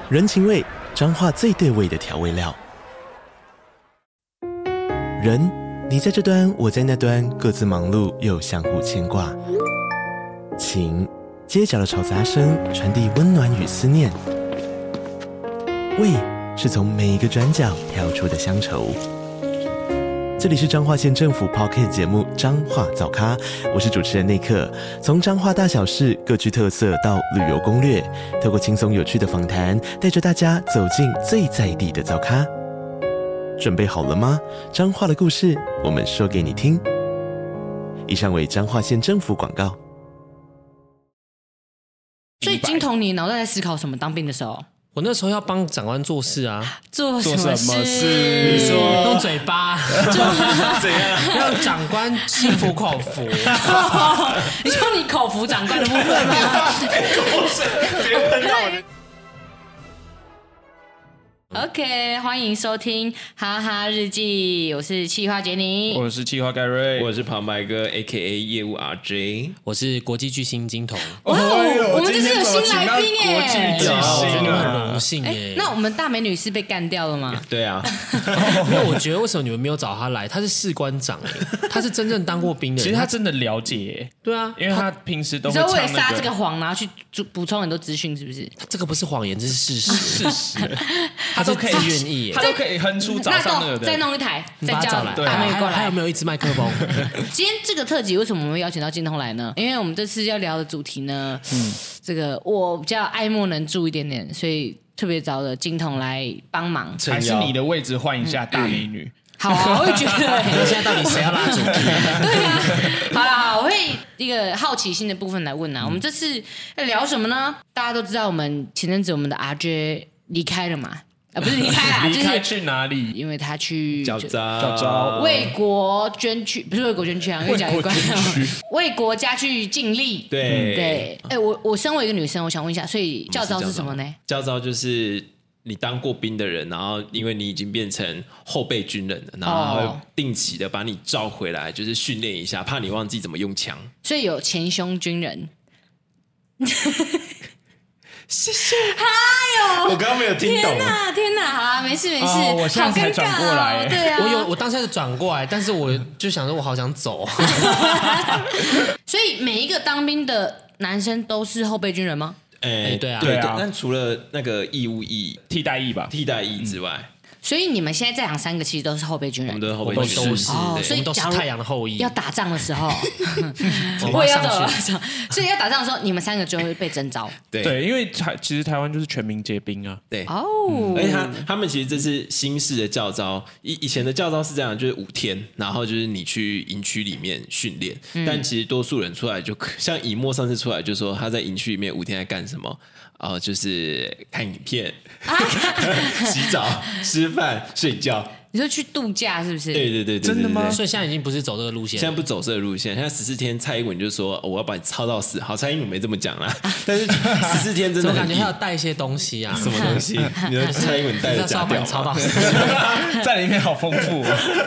人情味，彰化最对味的调味料。人，你在这端，我在那端，各自忙碌又相互牵挂。情，街角的吵杂声传递温暖与思念。味，是从每一个转角跳出的乡愁。这里是彰化县政府 Podcast 节目《彰化早咖》，我是主持人内克。从彰化大小事各具特色到旅游攻略，透过轻松有趣的访谈，带着大家走进最在地的早咖。准备好了吗？彰化的故事，我们说给你听。以上为彰化县政府广告。 所以金童，你脑袋在思考什么？当兵的时候， 我那时候要帮长官做事啊， 做什么事？ 你说用嘴巴，怎样让长官心服口服？ 你说你口服长官的部分吗？别喷到我的。OK， 欢迎收听哈哈日记，我是企划杰尼， 我是企划盖瑞， 我是旁白哥 AKA 业务 RJ， 我是国际巨星金童。 哇，我们这次有新来宾耶！ 国际巨星很荣幸耶。 那我们大美女是被干掉了吗？ 对啊， 因为我觉得为什么你们没有找他来？他是士官长耶，他是真正当过兵的人。 其实他真的了解耶， 对啊， 因为他平时都会你知道为了唱那撒这个谎，然后去补充很多资讯，是不是？ 这个不是谎言，这是事实。 事实， 他都可以愿意耶， 他都可以哼出早上那个的。 再弄一台，再叫来， 大美女过来。 还有没有一支麦克风？ 今天这个特辑为什么我们会邀请到金童来呢？因为我们这次要聊的主题呢，这个我比较爱莫能助一点点，所以特别找了金童来帮忙。 还是你的位置换一下大美女？ 好啊，我也觉得。 那现在到底谁要拉主题？ 对啊，好啦，我会一个好奇心的部分来问啊。我们这次要聊什么呢？大家都知道，我们前阵子我们的 RJ 离开了嘛。不是离开啦， 离开去哪里？ 因为他去教招为国捐躯，不是为国捐躯啊，越讲越怪。为国家去尽力。 对。 我身为一个女生，我想问一下，所以教招是什么呢？ 教招就是你当过兵的人，然后因为你已经变成后备军人了，然后会定期的把你召回来，就是训练一下，怕你忘记怎么用枪。 所以有前胸军人。 谢谢。 哎呦！ 我刚刚没有听懂。 天哪！好啊，没事。 我现在才转过来。 对啊， 我当下就转过来，但是我就想说，我好想走。 所以每一个当兵的男生都是后备军人吗？ 对啊。 但除了那个义务役、 替代役之外。 所以你们现在在场3个其实都是后备军人， 我们都是后备军人， 所以都是太阳的后裔。 要打仗的时候，我也要走了。所以要打仗的时候，你们3个就会被征召。 对，因为其实台湾就是全民皆兵啊。 对而且他们其实这是新式的教招，以前的教招是这样，就是5天，然后就是你去营区里面训练。但其实多数人出来就像以沫上次出来就说他在营区里面5天在干什么？就是看影片、洗澡、吃饭、睡觉。 你说去度假是不是？ 对， 真的吗？ 所以现在已经不是走这个路线， 现在不走这个路线。现在14天，蔡英文就说我要把你操到死。好，蔡英文没这么讲啦，但是14天真的我感觉还要带一些东西啊。 什么东西？你说蔡英文带的假屌吗？ 操到死， 在里面好丰富。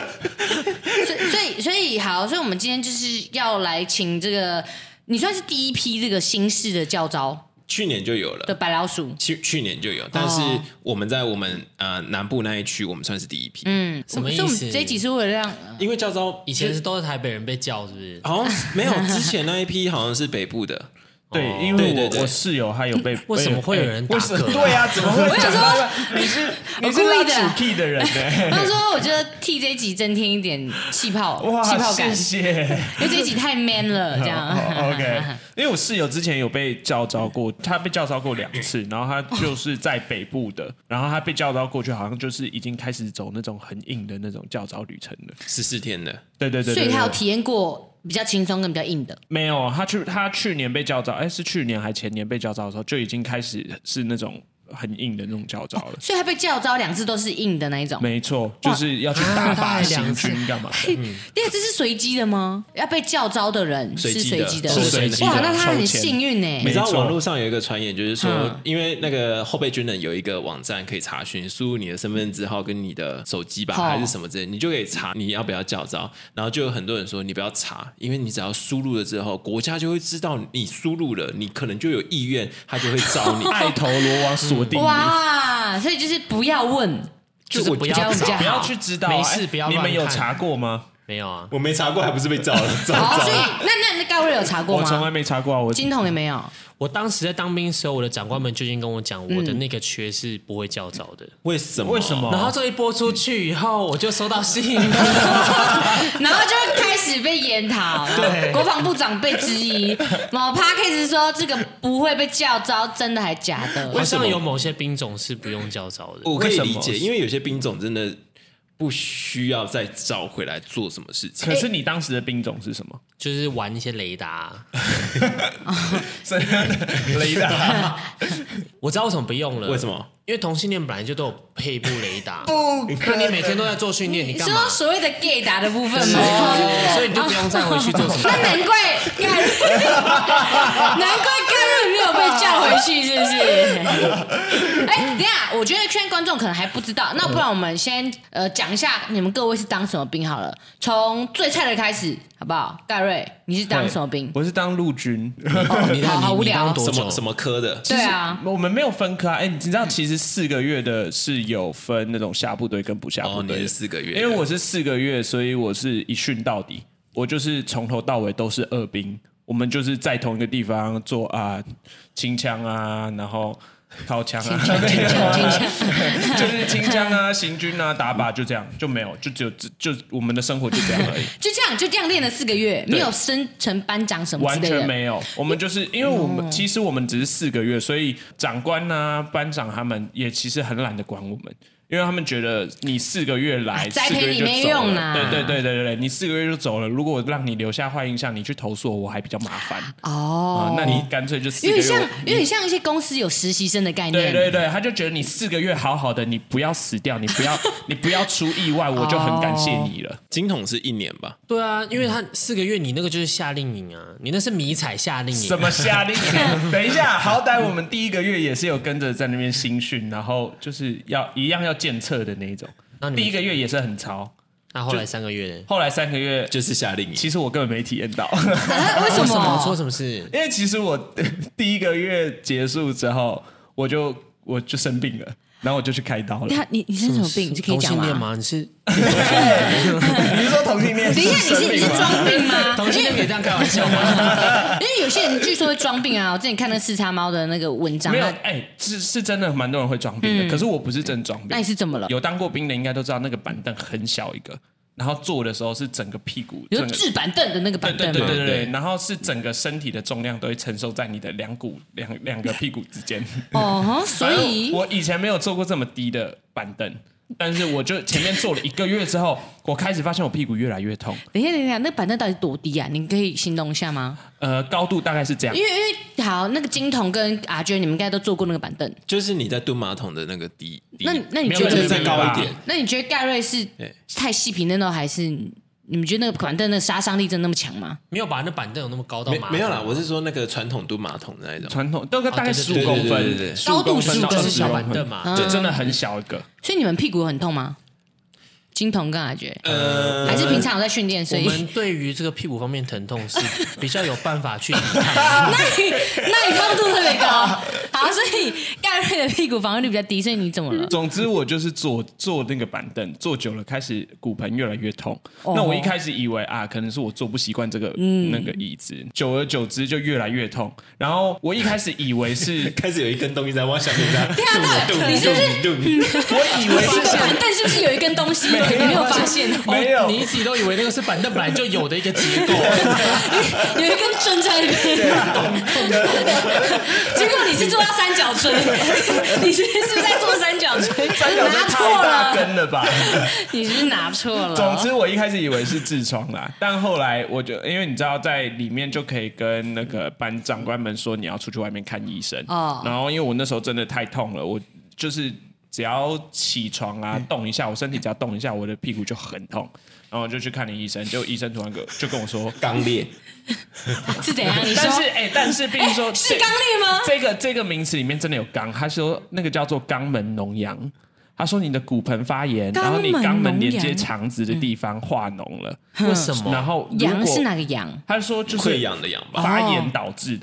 所以好，所以我们今天就是要来请这个，你算是第一批这个新式的教招。 去年就有了的白老鼠， 去年就有，但是我们在我们南部那一区，我们算是第一批。 什么意思？ 所以我们这一集是为了让， 因为教招以前都是台北人被叫，是不是？ 好像没有，之前那一批好像是北部的。 对，因为我室友他有被， 为什么会有人打嗝？ 对啊，怎么会讲到你是拉主 key 的人呢？ 他说我觉得替这一集增添一点气泡感， 谢谢， 因为这一集太 man 了，这样。 OK， 因为我室友之前有被叫招过，他被叫招过2次，然后他就是在北部的，然后他被叫招过去，好像就是已经开始走那种很硬的那种教招旅程了 ，14天的。 对， 所以他有体验过比较轻松跟比较硬的。 没有，他去年被叫招，是去年还前年被叫招的时候就已经开始是那种很硬的那种教招了， 所以他被教招2次都是硬的那一种。 没错，就是要去打靶行军干嘛的。 这是随机的吗？要被教招的人是随机的，哇，那他很幸运呢。 你知道网络上有一个传言，就是说，因为那个后备军人有一个网站可以查询，输入你的身份证号跟你的手机吧，还是什么之类，你就可以查你要不要教招。然后就有很多人说你不要查，因为你只要输入了之后，国家就会知道你输入了，你可能就有意愿，他就会招你。 爱投罗网，所我定义。 哇，所以就是不要问， 就是不要比较不要好。 去知道， 没事不要你乱看们有查过吗？ 没有啊， 我没查过，还不是被照了？ 好，所以那盖瑞有查过我从来吗？ 没查过啊，我金童也没有。 我当时在当兵的时候，我的长官们就已经跟我讲，我的那个缺是不会教招的。 为什么？ 为什么？ 然后这一播出去以后，我就收到信， 然后就开始被研讨， 对国防部长被质疑，某 podcast 说这个不会被教招，真的还假的？ 好像有某些兵种是不用教招的。 我可以理为什解， 么因为有些兵种真的不需要再找回来做什么事情。 可是你当时的兵种是什么？ 就是玩一些雷达， 怎样的雷达？ 我知道为什么不用了。 为什么？ 因为同性恋本来就都有配部雷达，那你每天都在做训练，你干嘛说？所谓的 gay 打的部分吗？ 所以你就不用再回去做什么。 那难怪盖瑞，难怪盖瑞没有被叫回去，是不是？哎，等一下，我觉得现在观众可能还不知道，那不然我们先讲一下你们各位是当什么兵好了，从最菜的开始，好不好？盖瑞，你是当什么兵？ 我是当陆军。 你好无聊当多久？ 什么科的？ 对啊， 我们没有分科啊。哎，你知道其实4个月的是有分那种下部队跟不下部你队的。 是4个月， 因为我是4个月，所以我是一训到底，我就是从头到尾都是二兵。我们就是在同一个地方做清枪啊，然后靠枪啊，就是清枪啊、行军啊、打靶，就这样，就没有，就我们的生活就这样而已。 就这样练了4个月，没有升成班长什么之完类的， 全没有。我们就是因为其实我们只是4个月，所以长官啊、班长他们也其实很懒得管我们。因为他们觉得你4个月来， 栽 4个月就培你没走用啦了。对，你4个月就走了。如果我让你留下坏印象，你去投诉我还比较麻烦。 哦， 那你干脆就4个月。 有点像一些公司有实习生的概念。 对，他就觉得你4个月好好的，你不要死掉，你不要出意外，我就很感谢你了。 金统是1年吧？ 对啊，因为他4个月，你那个就是夏令营啊，你那是迷彩夏令营。 什么夏令营？等一下，好歹我们第1个月也是有跟着在那边新训，然后就是一样要检测的那一种。第1个月也是很操， 那后来3个月呢？ 后来3个月就是夏令营。 其实我根本没体验到。 为什么？ 出什么事？ 因为其实我第1个月结束之后，我就生病了，然后我就去开刀了。 你生什么病？你可以讲同性恋吗？你是？ 你是说同性恋？ 等一下，你是装病吗？ 同性恋可以这样开玩笑吗？ 因为有些人据说会装病啊，我之前看那4叉猫的那个文章， 没有，是真的蛮多人会装病的，可是我不是真装病。 那你是怎么了？ 有当过兵的应该都知道，那个板凳很小一个，然后坐的时候是整个屁股， 有制板凳的那个板凳吗？ 对，然后是整个身体的重量都会承受在你的两个屁股之间。 哦，所以我以前没有坐过这么低的板凳。但是我就前面坐了1个月之后，我开始发现我屁股越来越痛。 等一下，那板凳到底多低啊？你可以形容一下吗？ 高度大概是这样。 因为好，那个金童跟阿娟，你们应该都坐过那个板凳。 就是你在蹲马桶的那个低。 那你觉没有得再高一点？ 那你觉得盖瑞是太细皮嫩呢，还是你们觉得那个板凳的杀伤力真的那么强吗？ 没有吧？那板凳有那么高到没有啦，我是说那个传统蹲马桶的那一种， 传统大概15公分， 对高度 15 公分是小板凳嘛， 就真的很小一个。 所以你们屁股很痛吗？金童跟阿娟，还是平常有在训练，所以我们对于这个屁股方面疼痛是比较有办法去抵抗。 那你高度特别高，好，所以盖瑞的屁股防御力比较低，所以你怎么了？ 总之我就是坐那个板凳，坐久了开始骨盆越来越痛。那我一开始以为可能是我坐不习惯这个那个椅子，久而久之就越来越痛。然后我一开始以为是开始有一根东西在往下面这样对，你是不是？ 我以为是板凳是不是有一根东西？你没有发现？ 没有你一直都以为那个是板凳本来就有的一个结构， 有一根针在那边。结果你是做到三角锥，你是不是在做三角锥？拿错大了， 根了吧？ 你是不是拿错了？ 总之我一开始以为是痔疮啦，但后来我就因为你知道在里面就可以跟那个班长官们说你要出去外面看医生哦然后因为我那时候真的太痛了，我就是只要起床动一下，我身体只要动一下，我的屁股就很痛，然后我就去看了医生，结果医生突然就跟我说肛裂， 是怎样？你说但是并说是肛裂吗？ 这个名词里面真的有肛，他说那个叫做肛门脓疡。他说你的骨盆发炎，然后你肛门连接肠子的地方化脓了， 为什么？ 然后阳是哪个阳？ 他说就是溃疡的疡吧， 发炎导致的。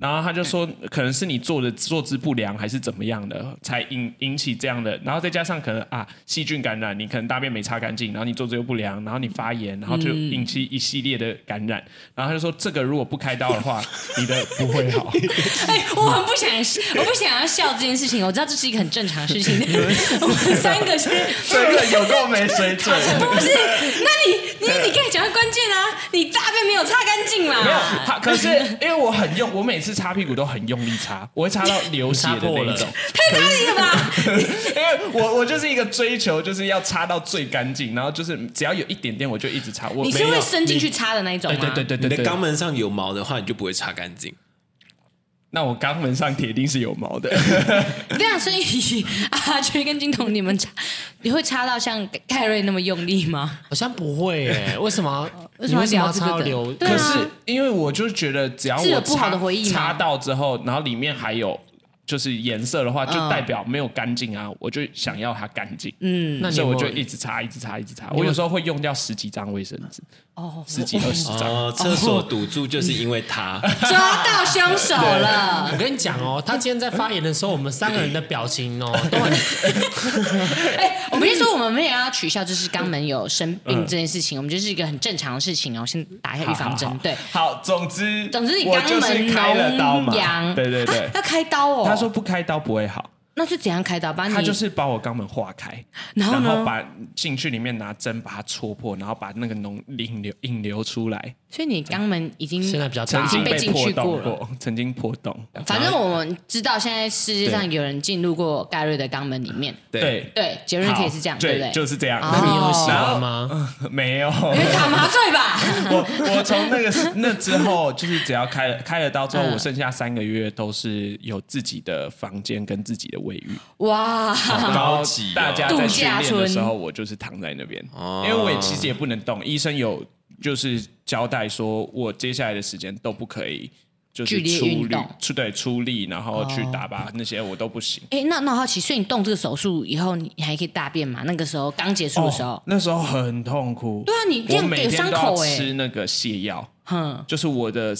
然后他就说，可能是你坐姿不良还是怎么样的，才引起这样的。然后再加上可能细菌感染，你可能大便没擦干净，然后你坐姿又不良，然后你发炎，然后就引起一系列的感染。然后他就说，这个如果不开刀的话，你的不会好。 我不想要笑这件事情，我知道这是一个很正常的事情。我们3个是这个有够没水准。 不是？那你刚才讲的关键啊，你大便没有擦干净嘛？ 没有，可是因为我每次擦屁股都很用力擦，我会擦到流血的那一种。 太大力了吧？ 因为我就是一个追求，就是要擦到最干净，然后就是只要有一点点我就一直擦。 你是会伸进去擦的那一种吗？ 对， 你的肛门上有毛的话，你就不会擦干净。 那我肛门上铁定是有毛的。 对啊，所以阿娟跟金童，你会擦到像盖瑞那么用力吗？ 好像不会耶，为什么？ 为什么要擦到流？ 可是因为我就觉得，只要我擦到之后，然后里面还有就是颜色的话，就代表没有干净啊，我就想要它干净。 那所以我就一直擦。我有时候会用掉10几张卫生纸，10几20张。 厕所堵住就是因为他抓到凶手了。 我跟你讲哦，他今天在发言的时候，我们3个人的表情哦都很。 我们先说，我们没有要取消就是肛门有生病这件事情，我们就是一个很正常的事情哦。先打一下预防针，对。 好，总之你肛门开了刀嘛，对， 要开刀哦。 他说不开刀不会好。 那是怎样开刀？ 他就是把我肛门化开， 然后把进去里面拿针把它戳破，然后把那个引流出来。 所以你肛门已经现在比较大， 已经被进去过了， 曾经破洞。 反正我们知道，现在世界上有人进入过盖瑞的肛门里面。 对， 结论可以是这样，对不对？ 就是这样。 那你有喜欢吗？ 没有， 因为打麻醉吧。 我从那之后，就是只要开了刀之后，我剩下3个月都是有自己的房间跟自己的卫浴。 哇， 高级！ 大家在训练的时候，我就是躺在那边，因为我其实也不能动。医生有就是交代说，我接下来的时间都不可以，就是出力，然后去打靶那些我都不行。 那我好奇，所以你动这个手术以后，你还可以大便吗？那个时候刚结束的时候， 那时候很痛苦。 对啊，你这样有伤口吃那个泻药，就是我的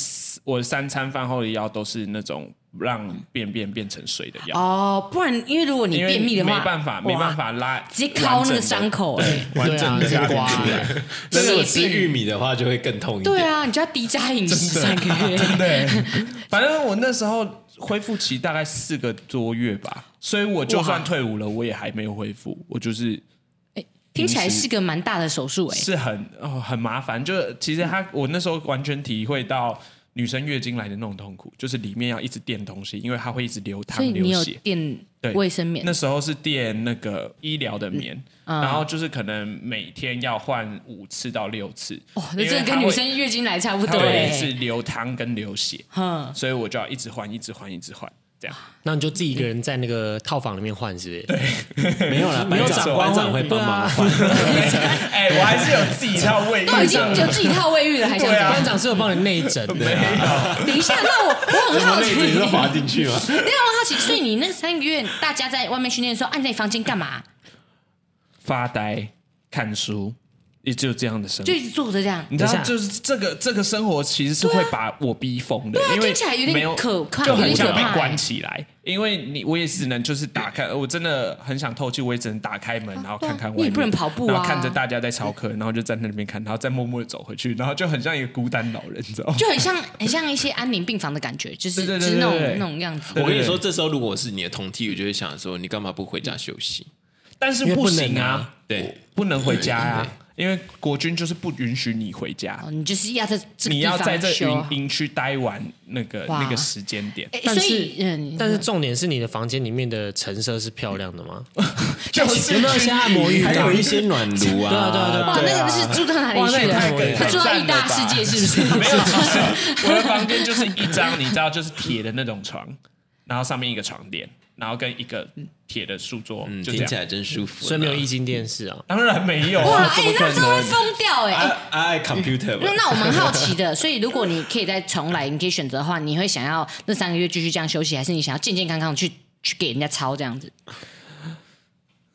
3餐饭后的药都是那种让便变成水的药。 不然因为如果你便秘的话， 没办法拉， 直接敲那个伤口， 完整的刮出来。 但是我吃玉米的话就会更痛一点。 对啊，你就要低渣饮食3个月。 真的，反正我那时候恢复期大概4个多月吧，所以我就算退伍了，我也还没有恢复，我就是。 听起来是个蛮大的手术是很麻烦。就其实我那时候完全体会到女生月经来的那种痛苦，就是里面要一直垫东西，因为它会一直流汤流血。 所以你有垫卫生棉？ 那时候是垫那个医疗的棉，然后就是可能每天要换5次到6次。 那这跟女生月经来差不多是流汤跟流血，所以我就要一直换。这样， 那你就自己一个人在那个套房里面换，是不是？ 对，没有啦，班长会帮忙换。 我还是有自己一套卫浴， 都已经有自己一套卫浴了，还想班长是有帮你内诊的。 等一下，那我很好奇， 你是滑进去吗？ 我很好奇，所以你那3个月大家在外面训练的时候，按在房间干嘛？ 发呆、看书。也只有这样的生活， 就一直坐着这样。 你知道，就是这个生活其实是会把我逼疯的，因为听起来有点可怕， 就很想被关起来。因为我也只能就是打开，我真的很想透气，我也只能打开门，然后看看外面。 你也不能跑步啊， 然后看着大家在操课，然后就站在那边看，然后再默默的走回去，然后就很像一个孤单老人，你知道吗？ 就很像一些安宁病房的感觉，就是那种样子。 我跟你说，这时候如果我是你的同梯，我就会想说，你干嘛不回家休息？ 但是不行啊， 对， 不能回家啊。因为国军就是不允许你回家， 你就是要在这个你要在这营区待完那个时间点。 但是重点是你的房间里面的陈设是漂亮的吗？ 就是有没有一些按摩浴缸， 还有一些暖炉啊？ 对。 哇，那个是住到哪里去的？他住到异大世界是不是？ 没有，我的房间就是一张，你知道，就是铁的那种床，然后上面一个床垫。然后跟一个铁的书桌，就听起来真舒服。 所以没有液晶电视啊？ 当然没有。 哇，那真的会疯掉 I computer。 那我蛮好奇的，所以如果你可以再重来，你可以选择的话，你会想要那3个月继续这样休息，还是你想要健健康康去给人家操这样子？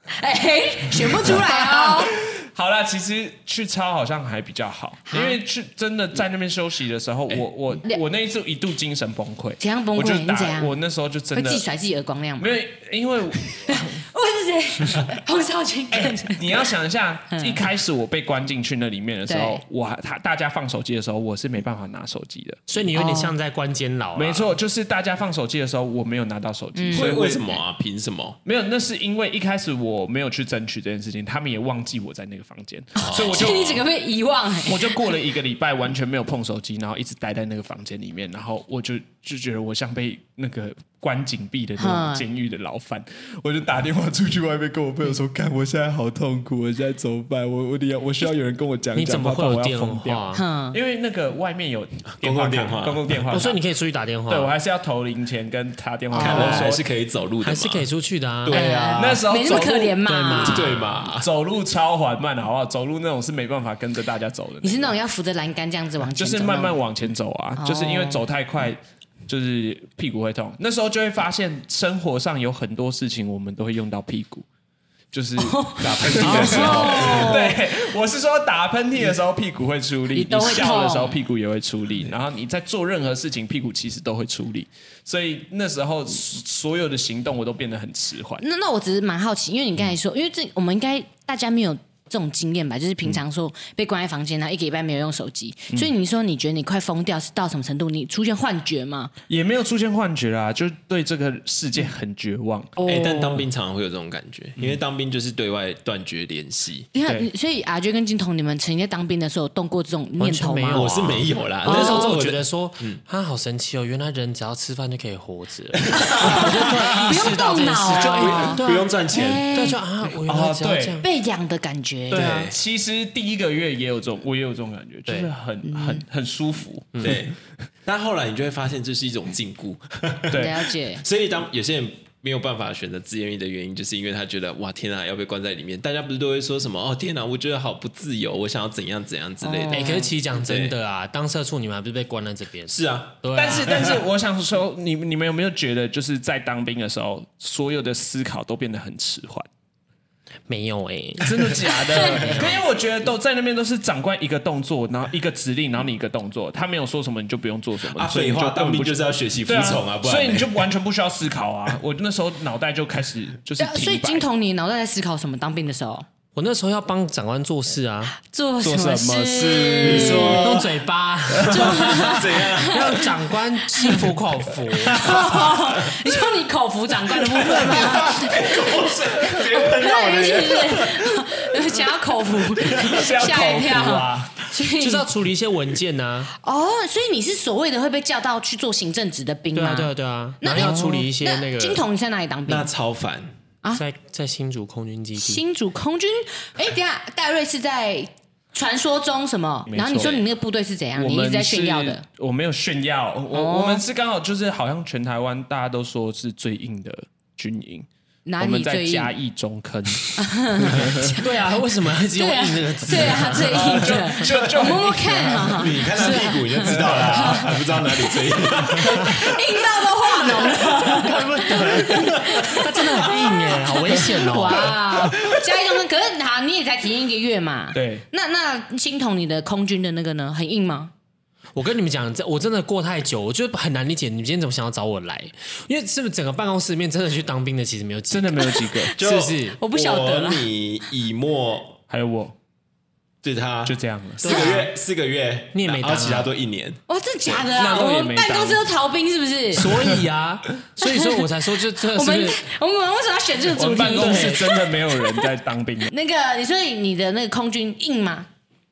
选不出来哦。 好啦，其实去抄好像还比较好，因为去真的在那边休息的时候，我那一度精神崩溃。 怎样崩溃？ 我就你怎样？ 我那时候就真的会自己甩自己耳光那样吗？ 没有，因为我是谁？洪少卿。 你要想一下，一开始我被关进去那里面的时候，大家放手机的时候，我是没办法拿手机的， 所以你有点像在关监牢。 没错，就是大家放手机的时候，我没有拿到手机。所以为什么啊？凭什么？ 没有，那是因为一开始我没有去争取这件事情，他们也忘记我在那个房间，所以你整个被遗忘。 我就过了1个礼拜，完全没有碰手机，然后一直待在那个房间里面，然后我就觉得我像被那个关紧闭的那种监狱的牢犯，我就打电话出去外面跟我朋友说：“看，我现在好痛苦，我现在怎么办？我需要有人跟我讲讲。” 你怎么会有电话？ 因为那个外面有公共电话， 所以你可以出去打电话。 对，我还是要投零钱跟他电话。 看来还是可以走路的， 还是可以出去的啊。 对啊， 那时候没那么可怜嘛， 对嘛， 走路超缓慢，好不好？走路那种是没办法跟着大家走的。 你是那种要扶着栏杆这样子往前走， 就是慢慢往前走啊，就是因为走太快。就是屁股会痛，那时候就会发现生活上有很多事情我们都会用到屁股，就是打喷嚏的时候，对，我是说打喷嚏的时候屁股会出力，你笑的时候屁股也会出力，然后你在做任何事情屁股其实都会出力，所以那时候所有的行动我都变得很迟缓。 那我只是蛮好奇，因为你刚才说，因为我们应该大家没有这种经验吧，就是平常说被关在房间，然后1个礼拜没有用手机，所以你说你觉得你快疯掉是到什么程度？你出现幻觉吗？ 也没有出现幻觉啦，就对这个世界很绝望。 但当兵常常会有这种感觉，因为当兵就是对外断绝联系。 你看，所以阿娟跟金童，你们曾经在当兵的时候有动过这种念头吗？ 我是没有啦， 那时候我觉得说，他好神奇哦，原来人只要吃饭就可以活着，我就突然意识到这件事， 就不用赚钱， 对，就我原来只要这样被养的感觉。 对，其实第1个月也有这种，我也有这种感觉，就是很舒服。 对，但后来你就会发现这是一种禁锢。 对， 了解。 所以当有些人没有办法选择自愿役的原因，就是因为他觉得哇天啊，要被关在里面。大家不是都会说什么天啊，我觉得好不自由，我想要怎样怎样之类的。 可是其实讲真的啊，当社畜你们还不是被关在这边？ 是啊， 对啊。 但是我想说，你们有没有觉得，就是在当兵的时候，所有的思考都变得很迟缓？ 没有真的假的？因为我觉得都在那边都是长官一个动作，然后一个指令，然后你一个动作，他没有说什么你就不用做什么。 所以你就当兵就是要学习服从啊， 所以你就完全不需要思考啊。我那时候脑袋就开始就是停摆。 所以金童，你脑袋在思考什么？当兵的时候？ 我那时候要帮长官做事啊， 做什么事？ 你说用嘴巴， 怎样让长官心服口服？ 你说你口服长官的部分吗？ 直接喷到我的脸，想要口服，吓一跳啊！ 就是要处理一些文件啊。 所以你是所谓的会被叫到去做行政职的兵吗？ 对啊。然后要处理一些那个。 金童，你在哪里当兵？ 那超烦。 在新竹空军基地。 新竹空军，等一下，戴瑞是在传说中什么？然后你说你那个部队是怎样？你一直在炫耀的？ 我没有炫耀，我们是刚好就是好像全台湾大家都说是最硬的军营。 哪里我们在嘉义中坑。 对啊，为什么一直用硬这个字？ 对啊，最硬的。就摸摸看啊， 你看他屁股你就知道了，还不知道哪里最硬， 硬到都化脓了， 看不得。他真的很硬耶，好危险哦！ 哇，嘉义中坑，可是好，你也才体验1个月嘛。 对。 那金童，你的空军的那个呢，很硬吗？ 我跟你们讲，我真的过太久，我觉得很难理解你们今天怎么想要找我来，因为是不是整个办公室里面真的去当兵的其实没有几个， 真的没有几个， 是不是？ 我不晓得啦。 你以沫还有我， 对他就这样了 ，4个月， 你也没当， 然后其他都1年。 哇，真的假的啊？我们办公室都逃兵是不是？ 所以啊，所以说我才说就这我们为什么要选这个主题？ 办公室真的没有人在当兵。 那个，所以你的那个空军硬吗？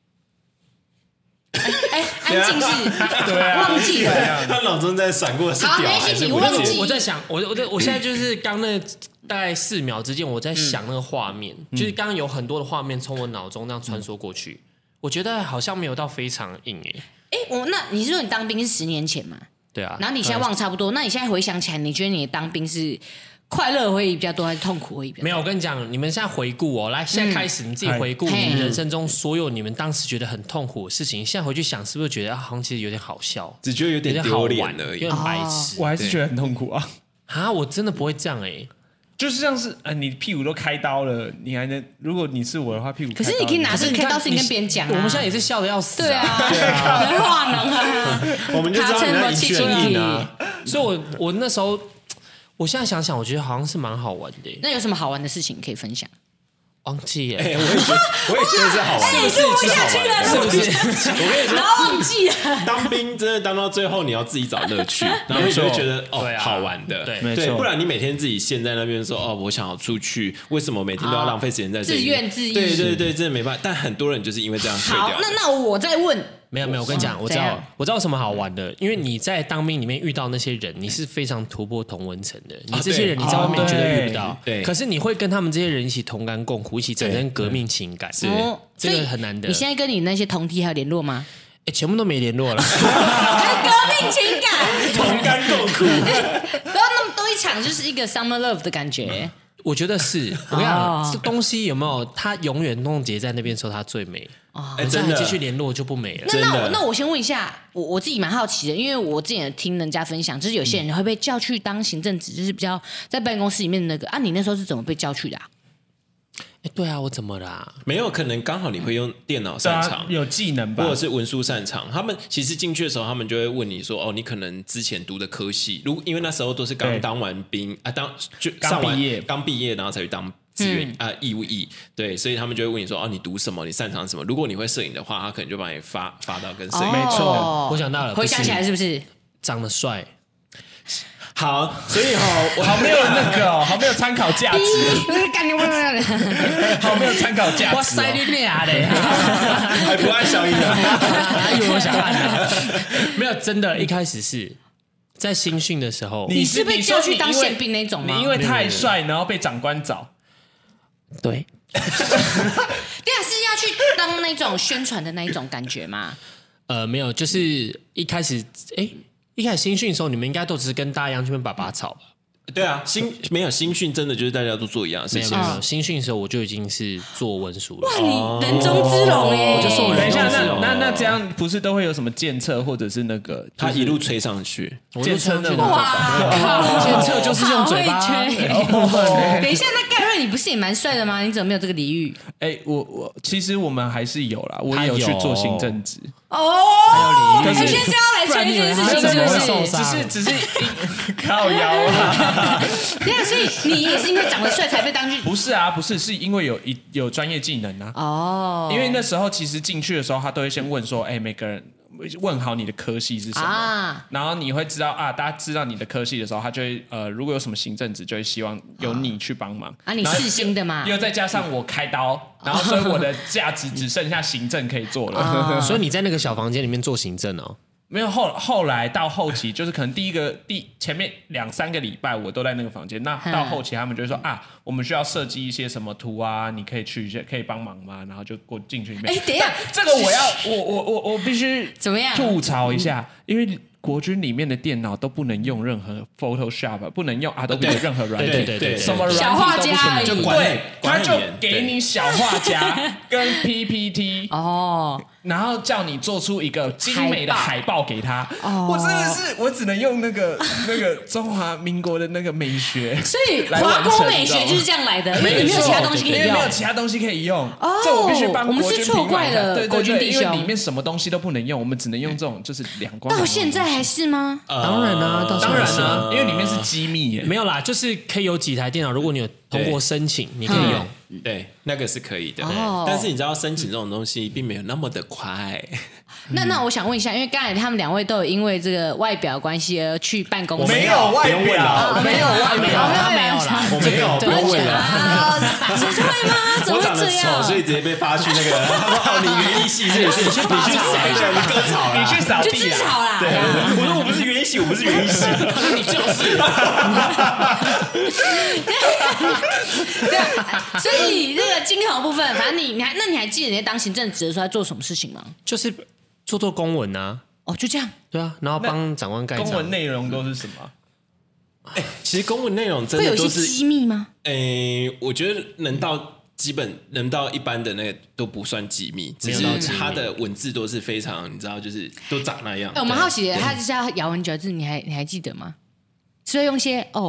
安静是， 对啊， 忘记了， 他脑中在闪过是屌还是不忘记？ 我在想，我现在就是刚那大概4秒之间，我在想那个画面，就是刚刚有很多的画面从我脑中那样穿梭过去，我觉得好像没有到非常硬那你是说你当兵是10年前嘛？ 对啊， 然后你现在忘差不多，那你现在回想起来，你觉得你的当兵是快乐回忆比较多还是痛苦回忆比较多？ 没有，我跟你讲，你们现在回顾来，现在开始你自己回顾你们人生中所有你们当时觉得很痛苦的事情，现在回去想，是不是觉得好像其实有点好笑， 只觉得有点丢脸而已， 有点白痴？ 我还是觉得很痛苦啊！ 我真的不会这样就是像是你屁股都开刀了，你还能？如果你是我的话，屁股可是你可以拿这个开刀事情跟别人讲啊。 我们现在也是笑得要死。 对啊，化能啊， 我们就知道你要一拳硬啊。 所以我那时候，我现在想想，我觉得好像是蛮好玩的。 那有什么好玩的事情可以分享？ 忘记耶， 我也觉得是好玩， 是录不下去了， 是不是？ 我跟你说， 然后忘记了。 当兵真的当到最后，你要自己找乐趣，然后你就会觉得好玩的， 对， 不然你每天自己陷在那边说我想要出去，为什么每天都要浪费时间在这里？ 自怨自艾。 对，真的没办法。但很多人就是因为这样退掉。 好，那我再问。 没有，我跟你讲，我知道什么好玩的，因为你在当兵里面遇到那些人，你是非常突破同温层的。你这些人你在外面绝对遇不到， 对。 可是你会跟他们这些人一起同甘共苦，一起产生革命情感， 是这个很难得。 你现在跟你那些同梯还有联络吗？ 全部都没联络了， 还有革命情感， 同甘共苦。 不要那么多一场，就是一个 summer love 的感觉。 我觉得是，我跟你讲，这东西有没有？它永远冻结在那边的时候，它最美。真的继续联络就不美了。 那我先问一下，我自己蛮好奇的，因为我之前有听人家分享，就是有些人会被叫去当行政职，就是比较在办公室里面的那个啊。你那时候是怎么被叫去的啊？ 对啊，我怎么啦？ 没有，可能刚好你会用电脑擅长， 有技能吧， 或者是文书擅长。他们其实进去的时候，他们就会问你说：“你可能之前读的科系，因为那时候都是刚当完兵啊，刚毕业，然后才去当志愿义务役，对，所以他们就会问你说：你读什么？你擅长什么？如果你会摄影的话，他可能就把你发到跟摄影。 没错， 我想到了， 回想起来是不是长得帅？ 好，所以我好没有那个，好没有参考价值，好没有参考价值， 我塞你俩嘞， 还不按小音的， 还以为我想按呢，没有，真的，一开始是在新训的时候， 你是被叫去当宪兵那种吗？ 你因为太帅，然后被长官找， 对， 对啊，是要去当那种宣传的那一种感觉吗？ 没有，就是一开始新训的时候，你们应该都只是跟大家一样去跟爸爸吵吧？ 对啊，没有新训，真的就是大家都做一样的事情。 没有新训的时候，我就已经是做文书了。 哇，你人中之龙耶！ 我就说， 等一下，那这样不是都会有什么监测或者是那个他一路吹上去， 监测那种？ 哇， 监测就是用嘴巴。 等一下，那盖瑞你不是也蛮帅的吗？你怎么没有这个礼遇？ 我其实我们还是有啦，我也有去做行政职哦。可是现在要来吹这件事情，是不是？只是靠腰啊。 对啊，所以你也是因为长得帅才被当去？ 不是啊，不是，是因为有专业技能啊。哦，因为那时候其实进去的时候，他都会先问说，每个人问好你的科系是什么，然后你会知道大家知道你的科系的时候，他就会如果有什么行政职，就会希望由你去帮忙啊。你是新的嘛？ 又再加上我开刀，然后所以我的价值只剩下行政可以做了。 所以你在那个小房间里面做行政哦。 没有后来到后期，就是可能前面2-3个礼拜我都在那个房间，那到后期他们就会说我们需要设计一些什么图啊，你可以去一些，可以帮忙吗？然后就过进去里面。 等一下， 这个我必须怎么样吐槽一下，因为国军里面的电脑都不能用任何 Photoshop， 不能用 Adobe 的任何软件， 对， 什么软小画体都家不能，对，他就给你小画家跟 PPT 然后叫你做出一个精美的海报给他。我真的是，我只能用那个中华民国的那个美学， 所以华国美学就是这样来的，因为你没有其他东西可以用， 因为没有其他东西可以用。这我必须帮国军错怪了国军弟兄， 因为里面什么东西都不能用，我们只能用这种就是两光。 到现在还是吗？ 当然啊， 当然啊，因为里面是机密耶。 没有啦，就是可以有几台电脑，如果你有通过申请，你可以用。 对，那个是可以的。但是你知道，申请这种东西并没有那么的快。 那我想问一下，因为刚才他们2位都有因为这个外表关系而去办公室， 我没有外表，没有外表， 没有啦， 我没有，不用问了。 怎么会吗？怎么会这样？ 所以直接被发去那个。你园艺系是不是？你去扫一下，你割草了， 你去扫地就治草啦。 我说我不是园艺系，我不是园艺系。 你就是。 对啊，所以那个经考部分，反正你还记得你在当行政职的时候在做什么事情吗？ 就是做公文啊。 就这样。 对啊，然后帮长官盖章。 公文内容都是什么？ 其实公文内容真的会有一些机密吗？ 我觉得能到一般的那个都不算机密，只是它的文字都是非常，你知道，就是都长那样。 我蛮好奇的，他就是要咬文嚼字，你还记得吗？是会用一些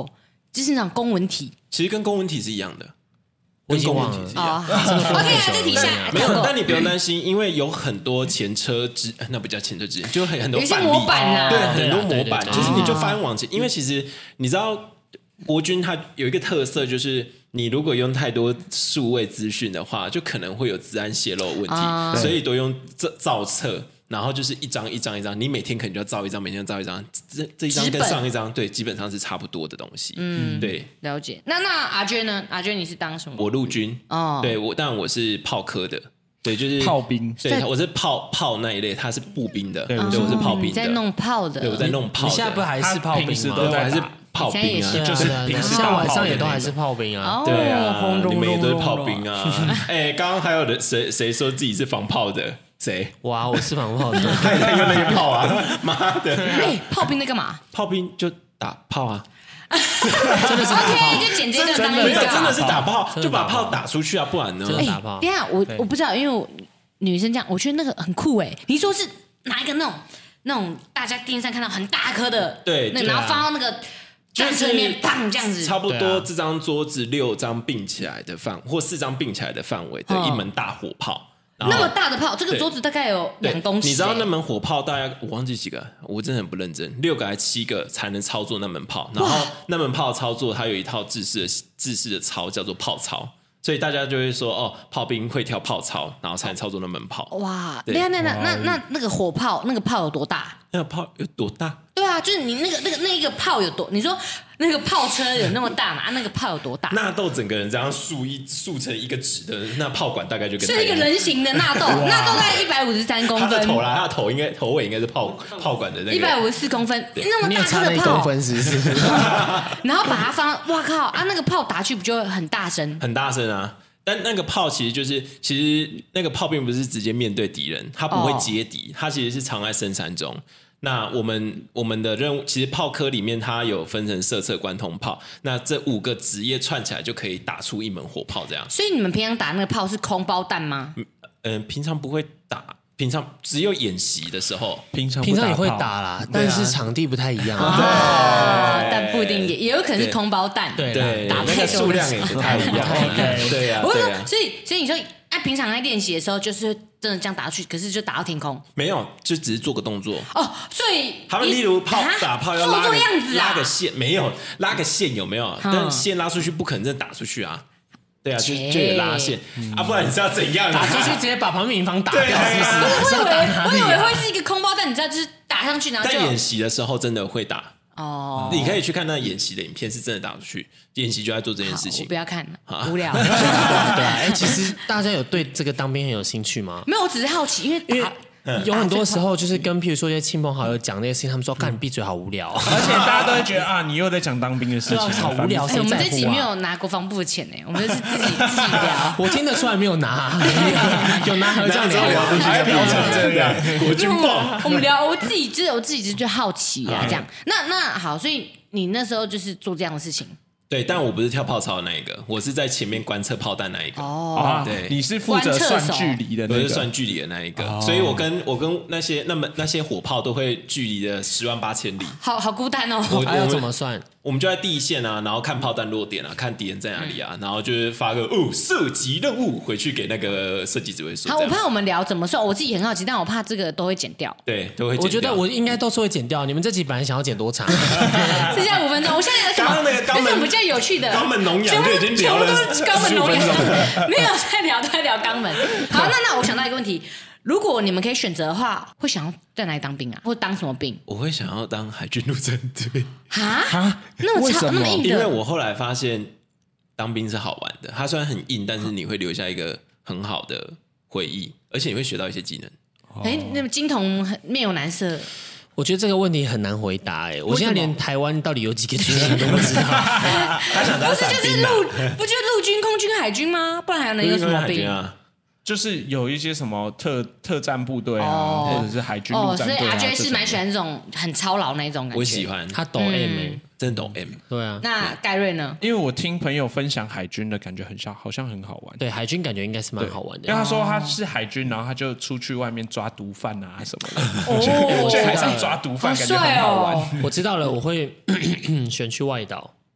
就是那种公文体。 其实跟公文体是一样的， 我已经忘了跟公文体是一样的。 哦，OK，这题下没有，但你不用担心，因为有很多前车之，那不叫前车之鉴，就很多有一些范例， 模板啊对，很多模板， 对对对就是你就翻往前，因为其实你知道国军它有一个特色，就是你如果用太多数位资讯的话，就可能会有资安泄露问题，所以都用造册。然后就是一张一张一张，你每天可能就要照一张，每天照一张，这一张跟上一张，对，基本上是差不多的东西。对， 了解。那阿娟呢？阿娟你是当什么？ 我陆军哦， 对但我是炮科的，对，就是炮兵， 对，我是炮那一类，他是步兵的， 对我是炮兵的， 你在弄炮的， 对，我在弄炮的。 你现在不还是炮兵吗？ 对，我还是炮兵啊， 就是平时像晚上也都还是炮兵啊。 对啊，你们也都是炮兵啊。哎，刚刚还有人谁说自己是防炮的？谁？ 哇，我是防炮的， 他也在用那个炮啊！妈的！ 哎，炮兵在干嘛？ 炮兵就打炮啊！ 真的是 OK，就剪这段当预告， 真的是打炮，就把炮打出去啊！不然呢？ 真的打炮。 等一下我不知道，因为我女生这样，我觉得那个很酷哎。你说是拿一个那种大家电视上看到很大颗的， 对， 然后放到那个战车里面，砰这样子， 差不多这张桌子6张并起来的或4张并起来的范围的一门大火炮。 那么大的炮，这个桌子大概有2公尺。 你知道那门火炮大概我忘记几个，我真的很不认真，6个还7个才能操作那门炮。然后那门炮操作，它有一套制式的操，叫做炮操。所以大家就会说，哦，炮兵会跳炮操，然后才能操作那门炮。 哇，那个火炮，那个炮有多大？ 那个炮有多大？ 对啊，就是你那一个炮有多？你说那个炮车有那么大嘛？那个炮有多大？ 纳豆整个人这样竖成一个直的，那炮管大概就跟是一个人形的纳豆，纳豆大概153公分。 他的头啦，他的头尾应该是炮管的那个 154公分，那么大颗的 1 炮， 公分是不是？ 然后把它放，哇靠啊！那个炮打去不就很大声？ 很大声啊！但那个炮其实那个炮并不是直接面对敌人，它不会接敌，它其实是藏在深山中。那我们的任务，其实炮科里面它有分成射测、关通炮，那这5个职业串起来就可以打出一门火炮这样。 所以你们平常打那个炮是空包弹吗？ 平常不会打，平常只有演习的时候， 平常也会打啦，但是场地不太一样。 但不一定也有可能是空包弹。 对， 打那个数量也不太一样。对呀，对呀。 所以你说，平常在练习的时候，就是真的这样打去，可是就打到天空。 没有，就只是做个动作。 哦，所以他们例如打炮要做样子拉个线，没有拉个线有没有？但线拉出去不可能真的打出去啊。对啊，就有拉线啊，不然你是要怎样？ 打出去直接把旁边民房打掉，是不是？ 我以为会是一个空包弹，你知道，就是打上去，然后就。 但演习的时候真的会打哦， 你可以去看那演习的影片，是真的打出去，演习就在做这件事情。 我不要看了，无聊。 对啊，其实大家有对这个当兵很有兴趣吗？ 没有，我只是好奇，因为有很多时候就是跟譬如说一些亲朋好友讲那些事情，他们说：“干，你闭嘴，好无聊。” 而且大家都会觉得啊，你又在讲当兵的事情， 好无聊。 我们这集没有拿国防部的钱呢，我们这是自己聊。 我听得出来没有拿，有拿和这样聊， 还聊成这样， 国军报。 我们聊，我自己就好奇啊，这样。那好，所以你那时候就是做这样的事情。 对，但我不是跳炮操的那一个，我是在前面观测炮弹那一个。 哦， 对， 你是负责算距离的那个， 我是算距离的那一个，所以我跟那些火炮都会距离的108000里。 好孤单哦。 还要怎么算？ 我们就在第一线啊，然后看炮弹落点啊，看敌人在哪里啊，然后就是发个射击任务回去给那个射击指挥所。 好，我怕我们聊怎么算，我自己很好奇，但我怕这个都会剪掉。 对，都会剪掉。 我觉得我应该都是会剪掉。你们这集本来想要剪多长？ 剩下5分钟。我现在有什么？有什么比较有趣的？ 肛门聋痒就已经聊了肛门聋痒，没有在聊肛门。好，那我想到一个问题。如果你们可以选择的话，会想要在哪里当兵啊？或当什么兵？ 我会想要当海军陆战队。 哈？那么长那么硬的？ 因为我后来发现当兵是好玩的，它虽然很硬，但是你会留下一个很好的回忆，而且你会学到一些技能。 那么金童面有难色。 我觉得这个问题很难回答我现在连台湾到底有几个军人都不知道。 他想当伞兵啊？ 不就是陆军、空军、海军吗？不然还能有什么兵啊？ 就是有一些什么特战部队啊，或者是海军陆战队啊。 所以阿娟是蛮喜欢这种很操劳那一种感觉。 我喜欢， 他懂 M， 真的懂 M。 对啊。 那盖瑞呢？ 因为我听朋友分享海军的感觉好像很好玩。 对，海军感觉应该是蛮好玩的。 因为他说他是海军，然后他就出去外面抓毒贩啊什么的。 我去海上抓毒贩，感觉很好玩。 我知道了，我会选去外岛。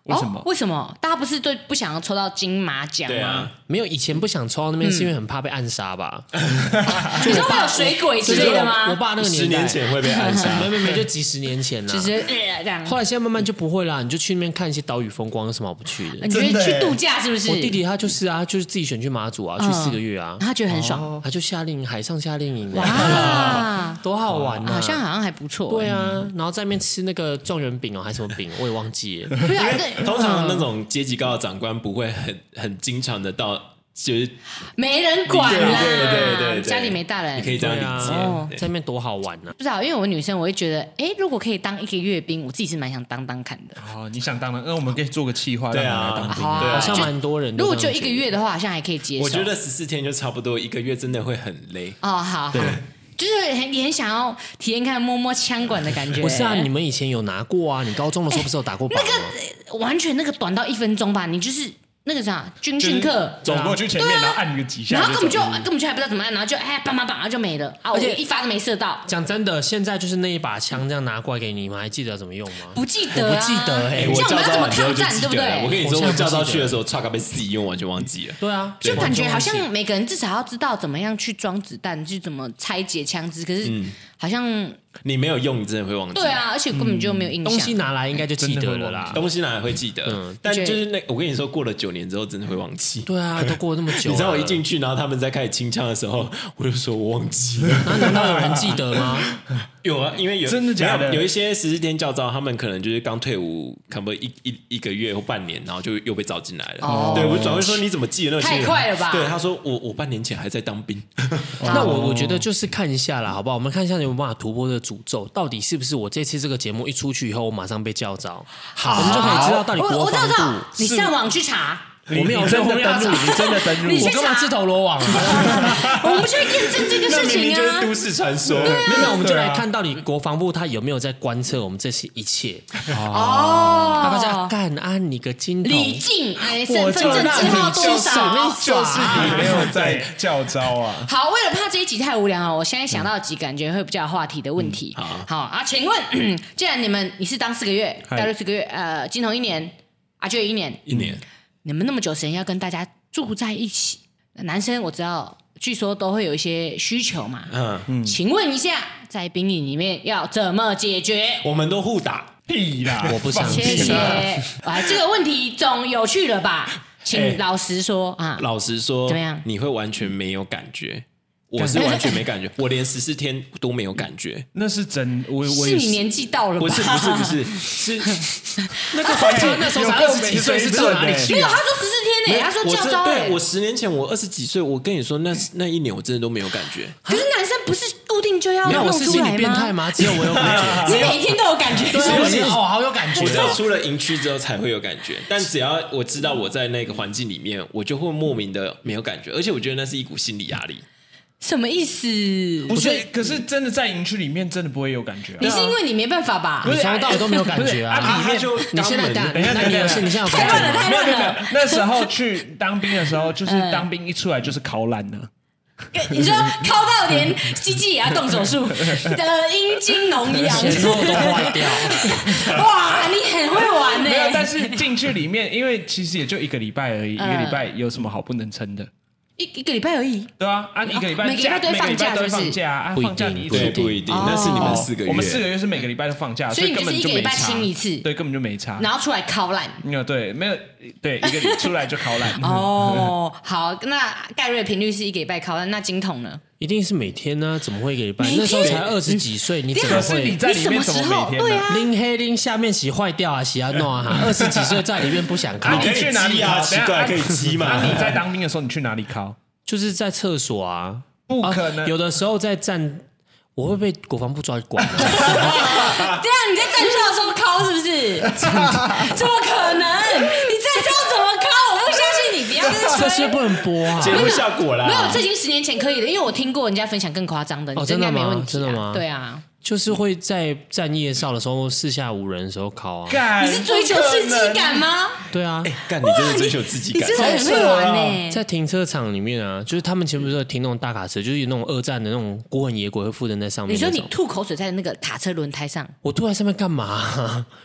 为什么？ 为什么？大家不是都不想要抽到金马奖吗对啊？， 没有以前不想抽到那边，是因为很怕被暗杀吧？ 你说会有水鬼之类的吗？ 我爸那个 10年前会被暗杀。 没，就几十年前啦。 其实这样， 后来现在慢慢就不会啦，你就去那边看一些岛屿风光，有什么好不去的？ 你觉得去度假是不是？ 我弟弟他就是啊，就是自己选去马祖啊，去4个月啊， 他觉得很爽， 他就海上夏令营， 哇， 多好玩啊！ 好像还不错。 对啊，然后在那边吃那个状元饼哦，还是什么饼，我也忘记了。 不是啊，对通常那种阶级高的长官不会很经常的到，就是没人管啦， 对， 家里没大人， 你可以这样理对解哦。 对在那边多好玩啊！ 不知道，因为我女生，我会觉得，如果可以当1个月兵，我自己是蛮想当看的。 哦，你想当然，那我们可以做个企划， 对让啊你来当兵。 好啊对啊好像蛮多人。 如果就1个月的话，好像还可以接受。 我觉得14天就差不多，1个月真的会很累。 哦，好，就是也很想要体验看摸摸枪管的感觉。 不是啊，你们以前有拿过啊？你高中的时候不是有打过靶吗？ 完全那个短到1分钟吧，你就是那个啥军训课。 走过去前面，然后按个几下， 然后根本就还不知道怎么按，然后就梆，然后就没了啊！而且一发都没射到， 讲真的，现在就是那一把枪这样拿过来给你们，还记得怎么用吗？ 不记得啊， 我不记得哎， 欸我教这样我们要怎么招完之后就抗战，对不记得了。我对？ 跟你说， 我现在不记得我教招去的时候，差个被自己用完就忘记了。 对啊， 就感觉好像完全忘记每个人至少要知道怎么样去装子弹，去怎么拆解枪支，可是好像你没有用，你真的会忘记。 对啊，而且根本就没有印象。 东西拿来应该就记得了啦。 东西哪来会记得？但就是我跟你说，过了9年之后，真的会忘记。 对啊，都过了那么久了， 你知道我一进去，然后他们在开始清枪的时候，我就说我忘记了。 那难道有人记得吗？ 有啊，因为真的假的有一些14天教招，他们可能就是刚退伍，可能一个月或半年，然后就又被招进来了。 哦对，我转会说你怎么记得那么清？ 太快了吧对，他说我半年前还在当兵。 那我觉得就是看一下啦，好不好？我们看一下有没有办法突破这个诅咒，到底是不是我这次这个节目一出去以后，我马上被叫招，我们就可以知道到底国我知防道， 部你上网去查， 我没有你真的我没有登录，你真的登录你去我干嘛自投罗网啊？ 我们不去验证这个那事情明明就是啊。 都市传说。 没有，我们就来看到底国防部他有没有在观测我们这些一切。 哦， 大家干安你个金童， 李靖， 我身份证字号多少？ 就是你没有在教招啊。 好，为了怕这一集太无聊啊，我现在想到几个感觉会比较有话题的问题。好啊，请问，既然你是当4个月，大陆4个月，金童1年，阿娟1年， 一年， 你们那么久时间要跟大家住在一起，男生我知道，据说都会有一些需求嘛。请问一下，在兵营里面要怎么解决？ 我们都互打。 屁啦， 我不相信谢谢。这个问题总有趣了吧？请老实说啊。 老实说， 怎么样你会完全没有感觉。我是完全没感觉，我连14天都没有感觉。 那是真，我是也是。 你年纪到了吧？ 不是，是那个环境那时候才20几岁，是到哪里去没有， 啊？ 他说14天呢，他说教招对我10年前我20几岁，我跟你说那一年我真的都没有感觉。 可是男生不是固定就要那我弄出来是心理变态吗？ 吗？只有我有感觉。 你每天都有感觉， 对啊，我是不是？ 好有感觉我只有哦。 出了营区之后才会有感觉，但只要我知道我在那个环境里面，我就会莫名的没有感觉，而且我觉得那是一股心理压力。 什么意思？ 不是，可是真的在营区里面真的不会有感觉啊。 你是因为你没办法吧？ 你从头到尾都没有感觉啊！ 里面就你现在肛门等一下，那你现在有太乱了， 感觉吗？ 太乱了。 那时候去当兵的时候，就是当兵一出来就是考懒了。 你说敲到连鸡鸡也要动手术的阴茎脓阳， 前后都坏掉。 哇，你很会玩呢没。有，但是进去里面，因为其实也就1个礼拜而已，一个礼拜有什么好不能撑的？ 一个礼拜而已， 对啊，一个礼拜每个礼拜都会放假每个礼拜都会是不是放假啊， 不一定放假你一对， 出不一定， 哦那是你们4个月。 我们4个月是每个礼拜都放假， 所以你根本就是一个礼拜没差清一次对，根本就没差。 然后出来敲烂。 对，没有对，一个出来就考懒。 哦，好，那盖瑞频率是1个礼拜敲烂，那金童呢？ 一定是每天呢？怎么会1个礼拜？ 每天那时候才20几岁，你怎么可是你会？ 在里面怎么每天呢？ 对啊， 拎黑拎下面洗坏掉啊，洗啊弄啊哈！20几岁在里面不想考啊，，你去哪里啊考？ 奇怪可以积嘛那你在当兵的时候，你去哪里考？ 就是在厕所啊， 不可能， 有的时候在站，我会被国防部抓去管。 对啊，你在站哨的时候敲是不是？怎么可能？你站哨怎么敲？我不相信你，不要在这那吹。 些不能播啊！ 节目效果啦， 没有，这已经10年前可以的，因为我听过人家分享更夸张的，你这应该没问题啊。 真的吗对啊， 就是会在站夜哨的时候4下5人的时候考啊。 干你是追求刺激感吗？ 对啊， 干你真的追求自己感你真。的很会玩呢。 在停车场里面啊，就是他们前不是有停那种大卡车，就是有那种2战的那种孤魂野鬼会附身在上面你那种。 说你吐口水在那个卡车轮胎上， 我吐在上面干嘛？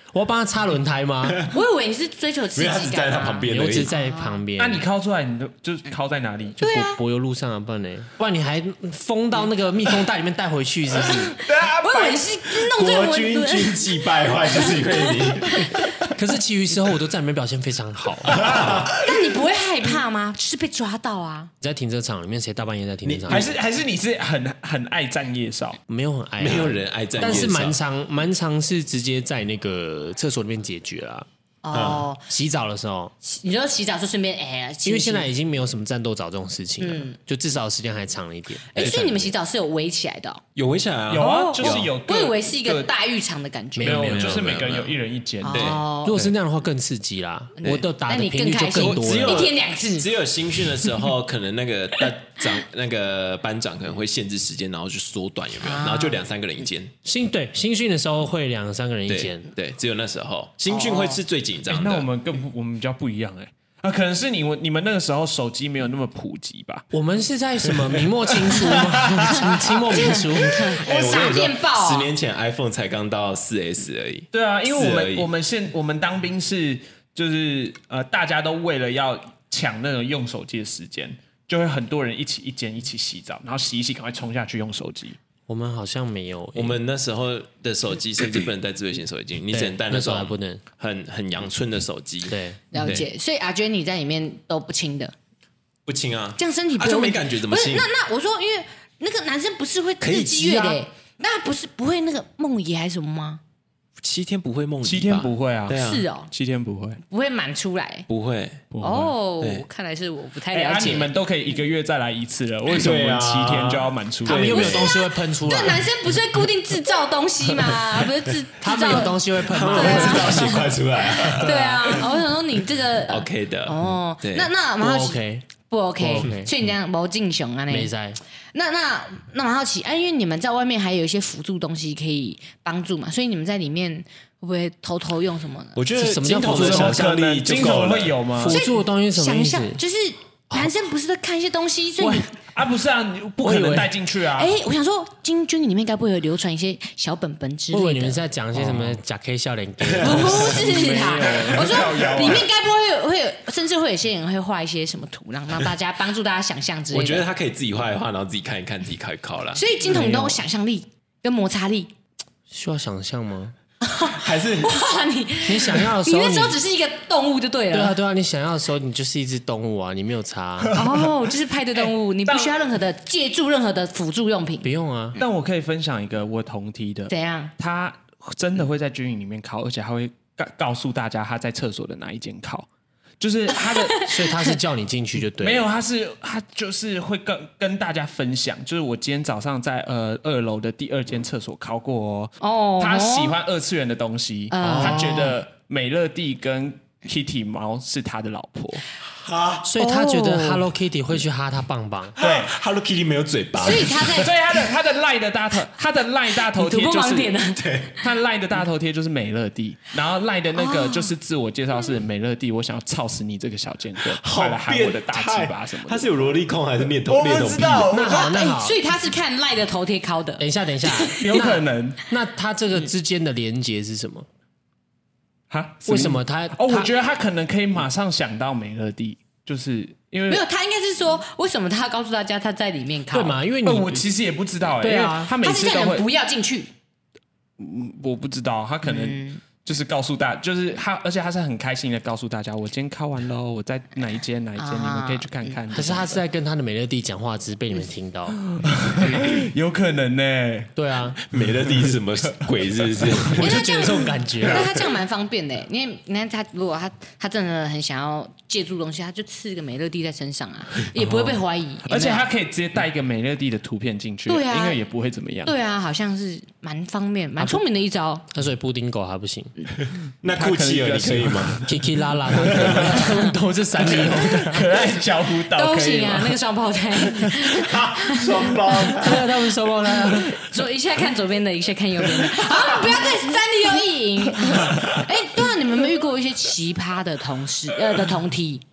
我要帮他擦轮胎吗？ 我以为你是追求刺激没有，他只在感啊。 他旁边而已。 我只在旁边。 那你靠出来，你就是靠在哪里？就柏油路上啊，不然呢？不然你还封到那个密封袋里面带回去，是不是？ 我以为你是弄这个国军军纪败坏，就是因为你。 可是其余时候我都在里面表现非常好。 但你不会害怕吗？就是被抓到啊！ 你在停车场里面，谁大半夜在停车场？ 还是你是很爱站夜哨？ 没有很爱， 没有人爱站夜哨， 但是蛮常是直接在那个厕所里面解决啦。 哦， 洗澡的时候， 你说洗澡就顺便因为现在已经没有什么战斗澡这种事情了，就至少时间还长了一点。 所以你们洗澡是有围起来的？ 有围起来啊， 有啊，就是有。 我以为是一个大浴场的感觉， 没有，就是每个人有一人一间。 对， 如果是那样的话更刺激啦，我都打的频率就更多了， 一天2次。 只有新训的时候，可能那个班长可能会限制时间，然后就缩短，有没有？然后就2-3个人一间。 新训的时候会2-3个人一间， 对，只有那时候新训会是最紧张的。 那我们比较不一样可能是你们那个时候手机没有那么普及吧？ 我们是在什么明末清初吗？清末民初？ 我傻电爆 10年前 iPhone 才刚到4S 而已。 对啊，因为我们当兵是就是大家都为了要抢那种用手机的时间，就会很多人一起洗澡，然后洗一洗赶快冲下去用手机。 我们好像没有， 我们那时候的手机甚至不能带智慧型手机，你只能带那种还不能很阳春的手机。 对， 了解。所以阿娟你在里面都不亲的， 不亲啊， 这样身体不会就没感觉怎么亲？ 那我说，因为那个男生不是会日积月累，那不会那个梦遗还是什么吗 ？7天不会梦遗 ，7天不会啊， 对啊， 是哦 7天不会， 不会满出来， 不会。 哦，看来是我不太了解。 你们都可以1个月再来一次了，为什么我们7天就要满出来？ 他们又没有东西会喷出来。 对，男生不是会固定制造东西吗？不是他们有东西会喷吗？ 制造血块出来。 对啊，我想说你这个 OK 的哦，那蛮好奇，不 OK，所以你这样没进雄啊？ 没在。 那蛮好奇，因为你们在外面还有一些辅助东西可以帮助嘛，所以你们在里面会不会偷偷用什么呢？ 我觉得什么叫辅助的想象力就够了。 会有吗？ 辅助的东西是什么意思？ 就是男生不是在看一些东西，所以不是啊，你不可能带进去啊。 我想说，金军里面该不会有流传一些小本本之类的？ 我以为你们是在讲一些什么假 K 笑脸 K， 不是啊，我说里面该不会有，甚至会有些人会画一些什么图，让大家帮助大家想象之类的。 我觉得他可以自己画一画，然后自己看一看，自己考啦。 所以金童都有想象力跟摩擦力， 需要想象吗？ 还是哇， 你想要的时候， 你那时候只是一个动物就对了。 对啊，你想要的时候，你就是一只动物啊，你没有差。 哦，就是派对动物，你不需要任何的借助任何的辅助用品。 不用啊。 但我可以分享一个我同梯的， 怎样？ 他真的会在军营里面考，而且他会告诉大家他在厕所的哪一间考。就是他的， 所以他是叫你进去就对了。 没有，他就是会跟大家分享，就是我今天早上在2楼的第2间厕所考过哦。他喜欢2次元的东西，他觉得美乐蒂跟 Kitty 猫是他的老婆。 所以他觉得 Hello Kitty 会去哈他棒棒。 对 ，Hello Kitty 没有嘴巴， 所以他的赖的大头贴就是对， 他赖的大头贴就是美乐蒂，然后赖的那个就是自我介绍是美乐蒂，我想要操死你这个小贱棍，快来喊我的大鸡巴什么的。 他是有萝莉控还是恋童癖？ 我不知道。 那好， 所以他是看赖的头贴敲的。 等一下， 有可能。 那他这个之间的连结是什么？为什么他？ 我觉得他可能可以马上想到美乐蒂，就是因为没有，他应该是说为什么他要告诉大家他在里面考？ 对嘛？因为我其实也不知道对啊， 他每次都会不要进去。 我不知道，他可能就是告诉大家，就是他，而且他是很开心的告诉大家，我今天考完喽，我在哪一间，你们可以去看看。 可是他是在跟他的美乐蒂讲话，只是被你们听到， 有可能呢。 对啊， 美乐蒂是什么鬼？是不是？ 我就觉得这种感觉。 那他这样蛮方便的，因为你看他如果他真的很想要借助东西，他就刺一个美乐蒂在身上啊，也不会被怀疑。 而且他可以直接带一个美乐蒂的图片进去， 对啊， 因为也不会怎么样。 对啊，好像是蛮方便、蛮聪明的一招。 那所以布丁狗还不行。 那酷企鹅你可以吗 ？Kiki 拉拉都是3米可爱小虎岛都行啊，那个双胞胎， 双胞胎， 他们是双胞胎啊。 一下看左边的，一下看右边的。好，不要对3里有意淫。对啊，你们有没有遇过一些奇葩的同事的同梯？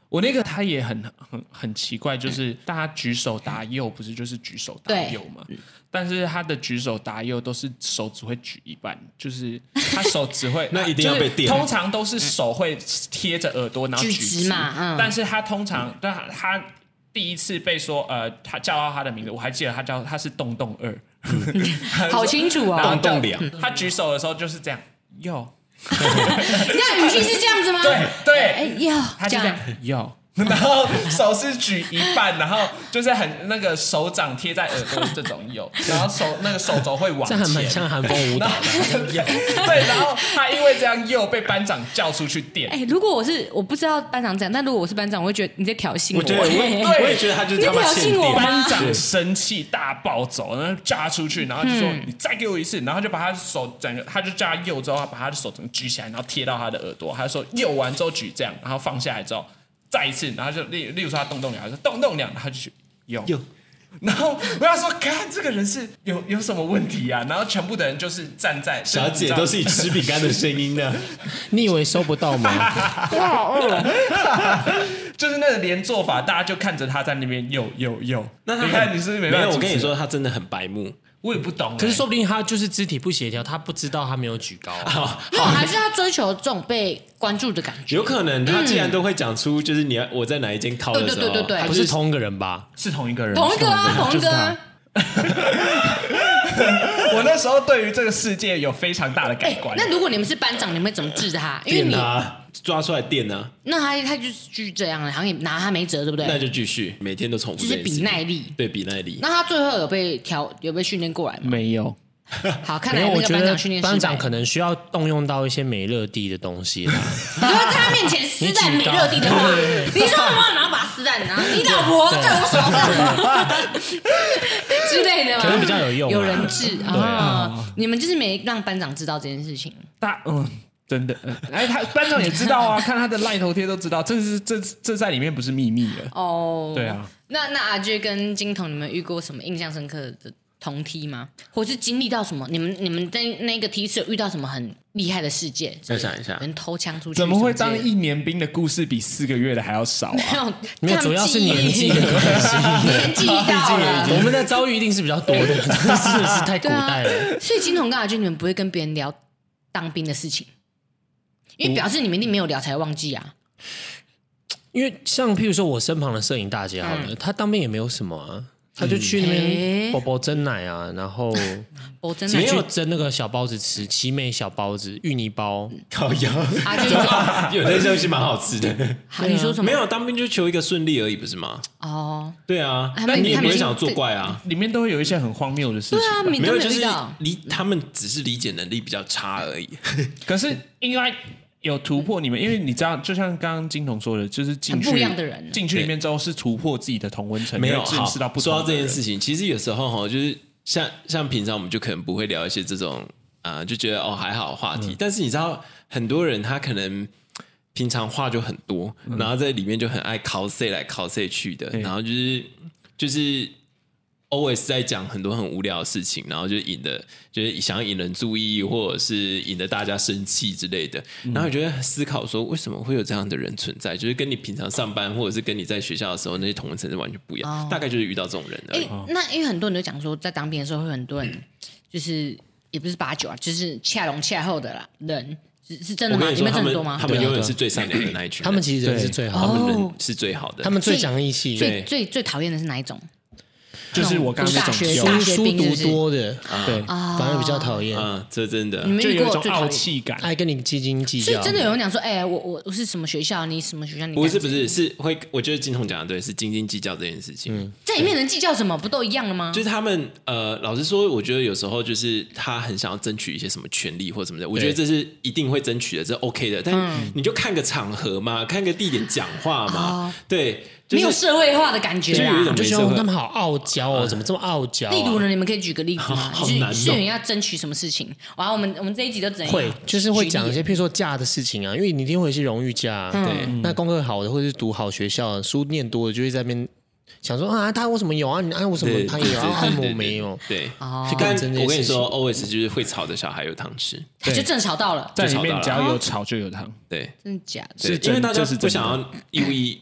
我那个他也很奇怪，就是大家举手答右，不是就是举手答右嘛？但是他的举手答右都是手只会举一半，就是他手只会那一定要被电。 通常都是手会贴着耳朵，然后举直嘛。 但是他通常，他第一次被说他叫到他的名字，我还记得他是洞洞2， 好清楚哦。 洞洞2， 他举手的时候就是这样右。 那语气是这样子吗？ 对， 要他就这样要，然后手是举一半，然后就是很那个手掌贴在耳朵这种有，然后那个手肘会往前， 这很像韩风舞蹈的。 对，然后他因为这样又被班长叫出去电。 如果我不知道班长这样，但如果我是班长，我会觉得你在挑衅我。 我也觉得他就是他妈欠电。 班长生气大暴走，然后叫他出去，然后就说你再给我一次，然后就把他手整个，他就叫他右之后，把他的手整个举起来，然后贴到他的耳朵，他就说右完之后举这样，然后放下来之后。再一次，然后就例如说他动2，他说动2，然后他就去有，然后我要说，看这个人是有什么问题啊？然后全部的人就是站在， 小姐都是以吃饼干的声音的， 你以为收不到吗？ 就是那个连做法，大家就看着他在那边有， 那你看你是没办法， 我跟你说，他真的很白目。 我也不懂， 可是说不定他就是肢体不协调，他不知道他没有举高。 没有，还是他追求这种被关注的感觉。 有可能他既然都会讲出，就是我在哪一间靠的时候， 对， 不是同一个人吧？ 是同一个人， 同一个啊。 我那时候对于这个世界有非常大的改观。 那如果你们是班长，你们会怎么治他？因为电他，抓出来电啊。 那他就是继续这样，好像也拿他没辙，对不对？ 那就继续，每天都重复。 就是比耐力， 对比耐力。 那他最后有被训练过来吗？ 没有。 好，看来那个班长训练失败。 班长可能需要动用到一些美乐蒂的东西。 你说在他面前撕在美乐蒂的话，你说什么？然后把它撕在，然后你老婆在我手上之类的吗？ 可能比较有用， 有人治啊。你们就是没让班长知道这件事情。 真的，他班长也知道啊，看他的赖头贴都知道，这在里面不是秘密了。 哦， 对啊。 那阿娟跟金童，你们遇过什么印象深刻的同梯吗？或是经历到什么？你们在那个梯次有遇到什么很厉害的事件？ 再想一下， 人偷枪出去， 怎么会当1年兵的故事比4个月的还要少啊？ 没有，主要是年纪的关系， 年纪到了， 我们的遭遇一定是比较多的，真的是太古代了。 所以金童跟阿娟，你们不会跟别人聊当兵的事情，因为表示你们一定没有聊才忘记啊。 因为像譬如说我身旁的摄影大姐好了，他当兵也没有什么啊。他就去那边包蒸奶啊，然后没有蒸那个小包子吃，奇美小包子、芋泥包， 烤腰，有那东西蛮好吃的。 你说什么？ 没有当兵就求一个顺利而已，不是吗？ 哦， 对啊，但你也不会想作怪啊， 里面都会有一些很荒谬的事情。 对啊， 没有，就是他们只是理解能力比较差而已。 可是应该有突破你们，因为你知道，就像刚刚金童说的，就是进去不一样的人进去里面之后是突破自己的同温层， 没有认识到不同的人。 说到这件事情，其实有时候哈，就是像平常我们就可能不会聊一些这种就觉得还好的话题，但是你知道很多人他可能平常话就很多，然后在里面就很爱cos来cos去的，然后就是always 在讲很多很无聊的事情，然后就是想要引人注意，或者是引得大家生气之类的。然后我觉得思考说，为什么会有这样的人存在？就是跟你平常上班，或者是跟你在学校的时候那些同温层是完全不一样。大概就是遇到这种人而已。 那因为很多人都讲说，在当兵的时候会很多人，就是也不是89啊，就是恰龙恰后的啦人。是真的吗？你们真的多吗？ 他们永远是最善良的那一群。 他们其实人是最好的， 他们人是最好的， 他们最讲义气。 最讨厌的是哪一种？ 就是我刚刚那种书读多的，对，反而比较讨厌。 这真的， 你们就有一种傲气感， 爱跟你斤斤计较。 所以真的有人讲说，我是什么学校，你什么学校？你不是是会，我觉得金童讲的对，是斤斤计较这件事情。 在里面能计较什么？不都一样的吗？ 就是他们老实说，我觉得有时候就是他很想要争取一些什么权利或什么的，我觉得这是一定会争取的，这是 OK 的。但你就看个场合嘛，看个地点讲话嘛，对。 没有社会化的感觉啦， 就觉得他们好傲娇哦，怎么这么傲娇？ 例如呢，你们可以举个例子吗？ 好难哦。 是人要争取什么事情？然后我们这一集都怎样？ 就是会讲一些，譬如说假的事情啊，因为你一定会有一些荣誉假，对。那功课好的或者是读好学校、书念多的，就会在那边想说他为什么有啊？我什么他也有啊？我没有。 对，但我跟你说 ，always 就是会吵的小孩有糖吃， 就真的吵到了， 在里面只要有吵就有糖。 对， 真的假的？ 是因为大家不想要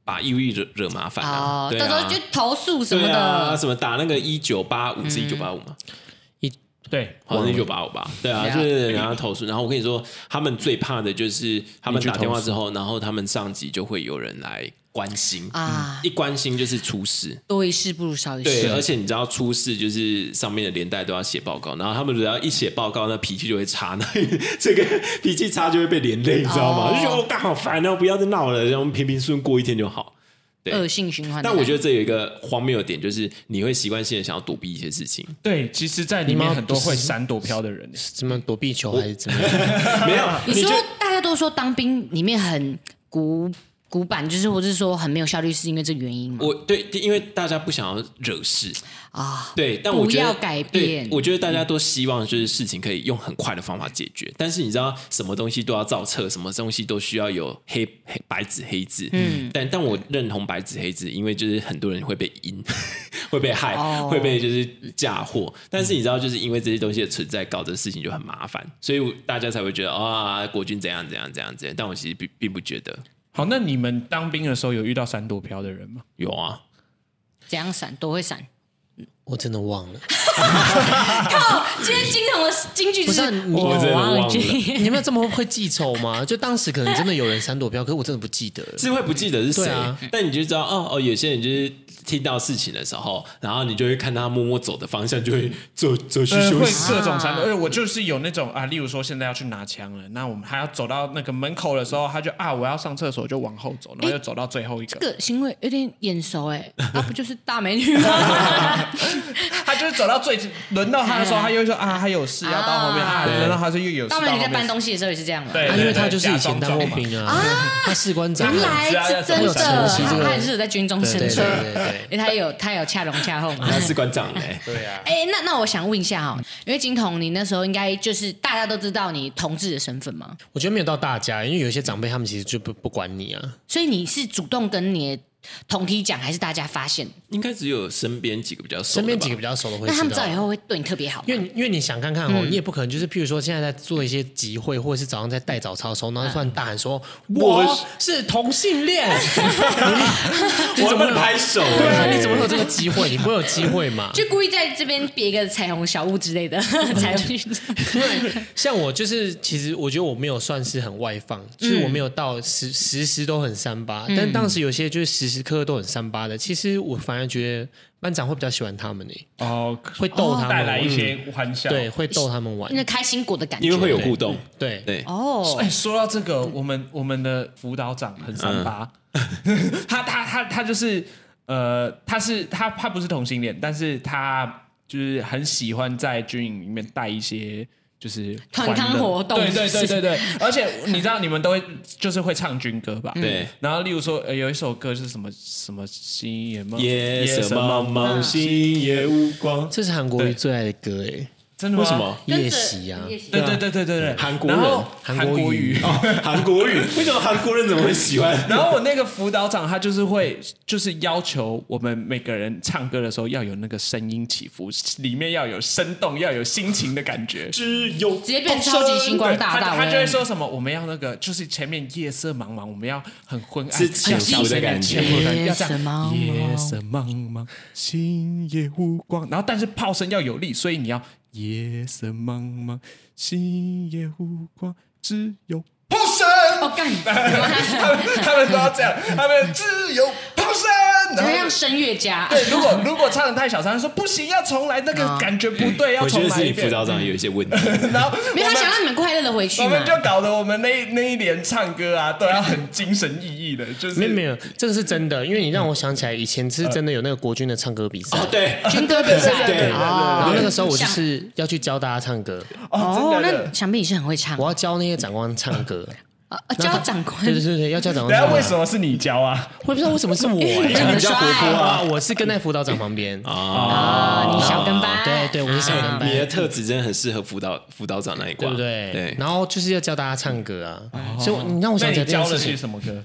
把义务役惹麻烦啊， 到时候就投诉什么的， 对啊，什么打那个1985是1985吗？ 对， 好像1985吧，对啊，就是然后投诉，然后我跟你说，他们最怕的就是他们打电话之后，然后他们上级就会有人来关心啊，一关心就是出事， 多一事不如少一事。 对，而且你知道出事就是上面的连带都要写报告，然后他们只要一写报告，那脾气就会差，那这个脾气差就会被连累，你知道吗？就觉得干好烦哦，不要再闹了，让我们平平顺顺过一天就好。 恶性循环。 但我觉得这有一个荒谬的点，就是你会习惯性的想要躲避一些事情。 对，其实，在里面很多会闪躲飘的人， 怎么躲避球还是怎么样？ 没有， 你说大家都说当兵里面很古板，就是或者是说很没有效率，是因为这个原因吗？ 对，因为大家不想要惹事啊。 对，但我觉得不要改变。 我觉得大家都希望就是事情可以用很快的方法解决，但是你知道什么东西都要造册，什么东西都需要有白纸黑字。但我认同白纸黑字，因为就是很多人会被阴，会被害，会被就是嫁祸。但是你知道，就是因为这些东西的存在，搞这事情就很麻烦，所以大家才会觉得国军怎样。但我其实并不觉得。 好，那你们当兵的时候有遇到闪躲飘的人吗？ 有啊。 怎样闪都会闪。 我真的忘了。 靠！今天金童的金句就是我真的忘了。 你们这么会记仇吗？就当时可能真的有人闪躲飘，可是我真的不记得了。 是会不记得是谁？ 啊、 但你就知道有些人就是听到事情的时候，然后你就会看他默默走的方向，就会走去休息。 会各种闪躲。我就是有那种例如说现在要去拿枪了，那我们还要走到那个门口的时候，他就我要上厕所就往后走，然后又走到最后一个。 这个行为有点眼熟不就是大美女吗？ 他就是走到轮到他的时候，他又说他有事要到后面轮到他说又有事到后面。 大美女在搬东西的时候也是这样的， 对， 因为他就是以前当过兵啊，他士官长， 原来是真的，他也是在军中生存， 对， 他有恰龙恰后嘛， 他士官长对啊。 那我想问一下因为金童，你那时候应该就是大家都知道你同志的身份吗？ 我觉得没有到大家，因为有些长辈他们其实就不管你啊， 所以你是主动跟你的同梯讲，还是大家发现？ 应该只有身边几个比较熟， 身边几个比较熟的会知道。 那他们知道以后会对你特别好吗？ 因为你想看看你也不可能就是譬如说现在在做一些集会，或者是早上在带早操的时候，然后突然大喊说我是同性恋， 我们拍手你怎么会有这个机会？你不会有机会嘛？ 就故意在这边别一个彩虹小物之类的才会。 像我就是其实我觉得我没有算是很外放，就是我没有到时都很3八，但当时有些就是时刻都很3八的，其实我反而觉得班长会比较喜欢他们会逗他们， 带来一些欢笑， 对，会逗他们玩， 那开心果的感觉， 因为会有互动， 对。 说到这个，我们的辅导长很3八，他就是他不是同性恋，但是他就是很喜欢在军营里面带一些。就是团康活动， 对，而且你知道你们都会就是会唱军歌吧？ 对。 然后例如说有一首歌是什么星夜茫夜色茫茫，星夜无光， 这是韩国瑜最爱的歌真的吗？ 为什么？ 夜袭啊！ 对， 韩国人， 韩国语， 韩国语，为什么韩国人怎么会喜欢？ 然后我那个辅导长他就是要求我们每个人唱歌的时候要有那个声音起伏，里面要有生动，要有心情的感觉。 只有直接变超级星光大道， 他就会说什么我们要那个就是前面夜色茫茫，我们要很昏暗， 是起伏的感觉， 要这样夜色茫茫，星夜无光，然后但是炮声要有力，所以你要。夜色茫茫，星夜无光，只有炮声。 干！ 他们都要这样，他们只有炮声， 就像声乐家。 对，如果唱得太小声，说不行，要重来，那个感觉不对，要重来一遍。 我觉得是你辅导长有一些问题。 然后没有，他想让你们快乐的回去。 我们就搞得我们那一连唱歌都要很精神奕奕的，就是没有，这个是真的，因为你让我想起来以前是真的有那个国军的唱歌比赛， 对， 军歌比赛， 对， 然后那个时候我就是要去教大家唱歌。 那想必你是很会唱。 我要教那些长官唱歌。 教长官， 对，要教长官。 等下为什么是你教啊？ 我也不知道为什么是我，因为你比较活泼啊。我是跟在辅导长旁边你小跟班， 对，我是小跟班。 你的特质真的很适合辅导长那一挂， 对不对？ 对。 然后就是要教大家唱歌啊，所以你让我想起来教的是什么歌？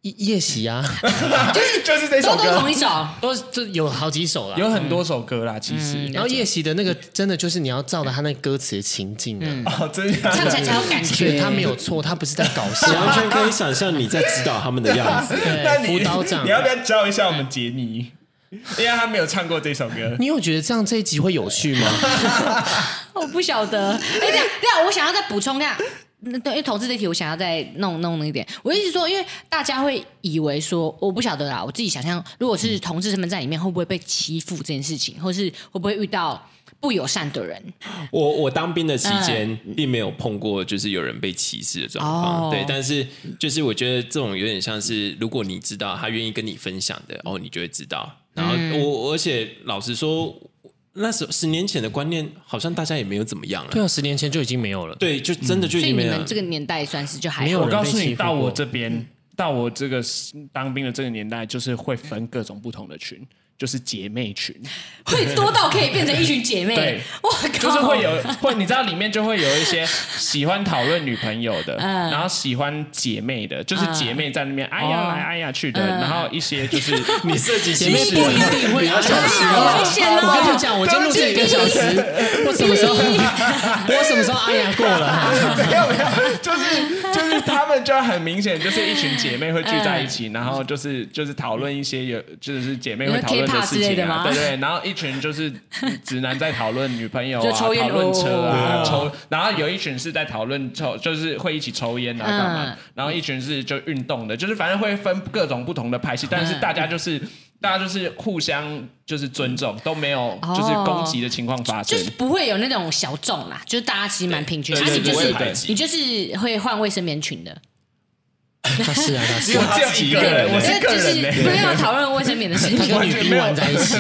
夜袭啊， 就是这首都歌， 同一首， 都有好几首啦， 有很多首歌啦，其实。 然后夜袭的那个真的就是你要照着他那歌词的情境的， 哦，真的唱起来才有感觉。 所以他没有错，他不是在搞笑， 完全可以想象你在指导他们的样子。 那对，辅导长你，要不要教一下我们杰尼？因为他没有唱过这首歌。 你有觉得这样这一集会有趣吗？ 我不晓得。哎，这样，我想要再补充看。对，因为同志这题，我想要再弄那一点。我一直说，因为大家会以为说，我不晓得啦，我自己想象，如果是同志身份在里面，会不会被欺负这件事情，或是会不会遇到不友善的人？ 我当兵的期间，并没有碰过就是有人被歧视的状况，对。但是就是我觉得这种有点像是，如果你知道他愿意跟你分享的，你就会知道。然后而且老实说。那时候10年前的观念，好像大家也没有怎么样了。 对啊，10年前就已经没有了。 对，就真的就已经没有了。 所以你们这个年代算是就还好。 没有人我告诉你， 被欺负过到我这边，到我这个当兵的这个年代，就是会分各种不同的群，就是姐妹群， 会多到可以变成一群姐妹。 对， 我靠， 就是你知道里面就会有一些喜欢讨论女朋友的，然后喜欢姐妹的，就是姐妹在那边哎呀来哎呀去的，然后一些就是你涉及姐妹不一定会小心好危险哦我跟你讲，我今天录这1个小时，我什么时候哎呀过了？ 没有，就是他们就很明显，就是一群姐妹会聚在一起，然后就是讨论一些就是姐妹会讨论的事情啊，对对，然后一群就是直男在讨论女朋友啊，讨论车啊，然后有一群是在讨论就是会一起抽烟啊干嘛，然后一群是就运动的，就是反正会分各种不同的派系，但是大家就是互相就是尊重，都没有就是攻击的情况发生， 就是不会有那种小众啦，就是大家其实蛮平均，而且你就是会换卫生棉裙的。 是啊， 只有一个人，我是个人呢， 没有讨论卫生棉的事情， 他跟女兵玩在一起。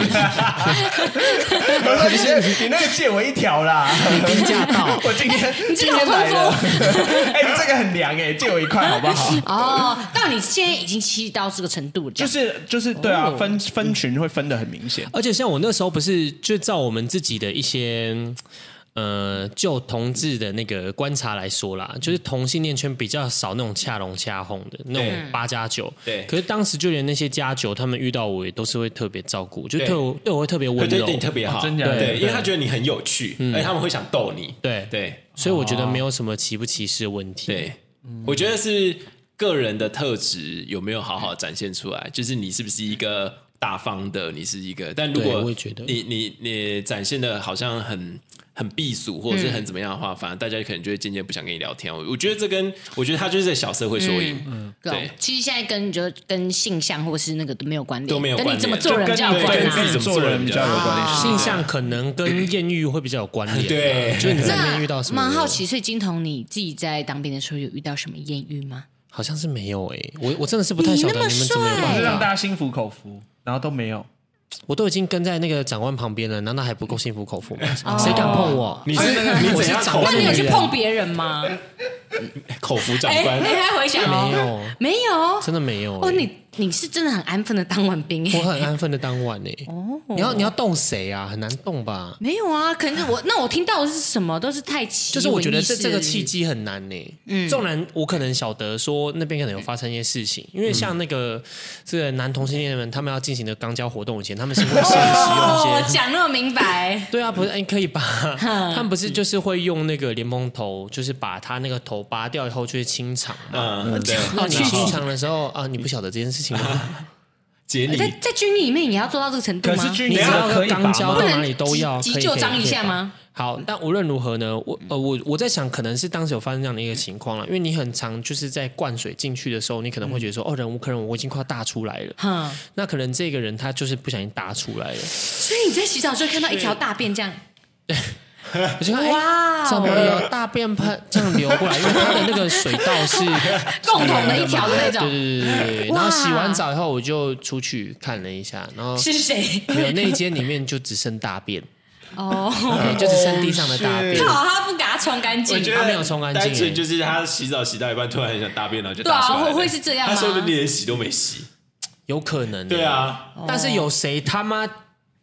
你那个借我一条啦， 低价到， 我今天来了， 哎，这个很凉哎，借我1块好不好？ 哦，但你现在已经气到这个程度了， 就是对啊，分群会分得很明显， 而且像我那时候不是就照我们自己的一些。就同志的那个观察来说啦，就是同性恋圈比较少那种恰龙恰哄的那种8+9， 对。 可是当时就连那些+9，他们遇到我也都是会特别照顾，就对我会特别温柔， 对你特别好， 真的对，因为他觉得你很有趣，而且他们会想逗你，对， 所以我觉得没有什么歧不歧视的问题。 对，我觉得是个人的特质有没有好好展现出来，就是你是不是一个大方的，你是一个，但如果你展现的好像很避俗或者是很怎么样的话，反而大家可能就会渐渐不想跟你聊天。我觉得我觉得他就是在小社会缩影。 对，其实现在跟性向或是那个都没有关联， 都没有关联， 跟你怎么做人比较有关联， 跟自己怎么做人比较有关联。 性向可能跟艳遇会比较有关联， 对， 就是你在那边遇到什么？ 蛮好奇，所以金童你自己在当兵的时候有遇到什么艳遇吗？ 好像是没有我真的是不太晓得你们怎么有办法让大家心服口服，然后都没有。 我都已经跟在那个长官旁边了，难道还不够心服口服吗？谁敢碰我？ 你怎样口服？ 那你有去碰别人吗？ 口服长官？ 你还回想哦？没有， 真的没有。 哦，你是真的很安分的当完兵， 我很安分的当完哦，你要动谁啊？很难动吧？ 没有啊，可能我听到的是什么都是太奇， 就是我觉得这个契机很难呢。纵然我可能晓得说那边可能有发生一些事情，因为像那个这个男同性恋们，他们要进行的肛交活动以前，他们是会使用一些讲那么明白。 对啊，不是可以把他们不是就是会用那个莲蓬头，就是把他那个头拔掉以后去清肠嘛。 对。 你清肠的时候啊，你不晓得这件事情吗？ 解你在军里面也要做到这个程度吗？ 可是军你只要肛交到哪里都要急救张一下吗？ 好，但无论如何呢，我在想，可能是当时有发生这样的一个情况了，因为你很常就是在灌水进去的时候，你可能会觉得说，忍无可忍，我已经快大出来了。那可能这个人他就是不小心大出来了。 所以你在洗澡的时候看到一条大便这样。 我就看，哇，怎么有大便喷这样流过来？因为它的那个水道是共同的一条的那种。 对。然后洗完澡以后，我就出去看了一下，然后是谁？ 没有，那一间里面就只剩大便。就只剩地上的大便。 靠，他不给他冲干净， 他没有冲干净。 单纯就是他洗澡洗到一半，突然很想大便，然后就大出来了。 对啊，会是这样吗？ 他说不定连洗都没洗， 有可能。 对啊， 但是有谁他妈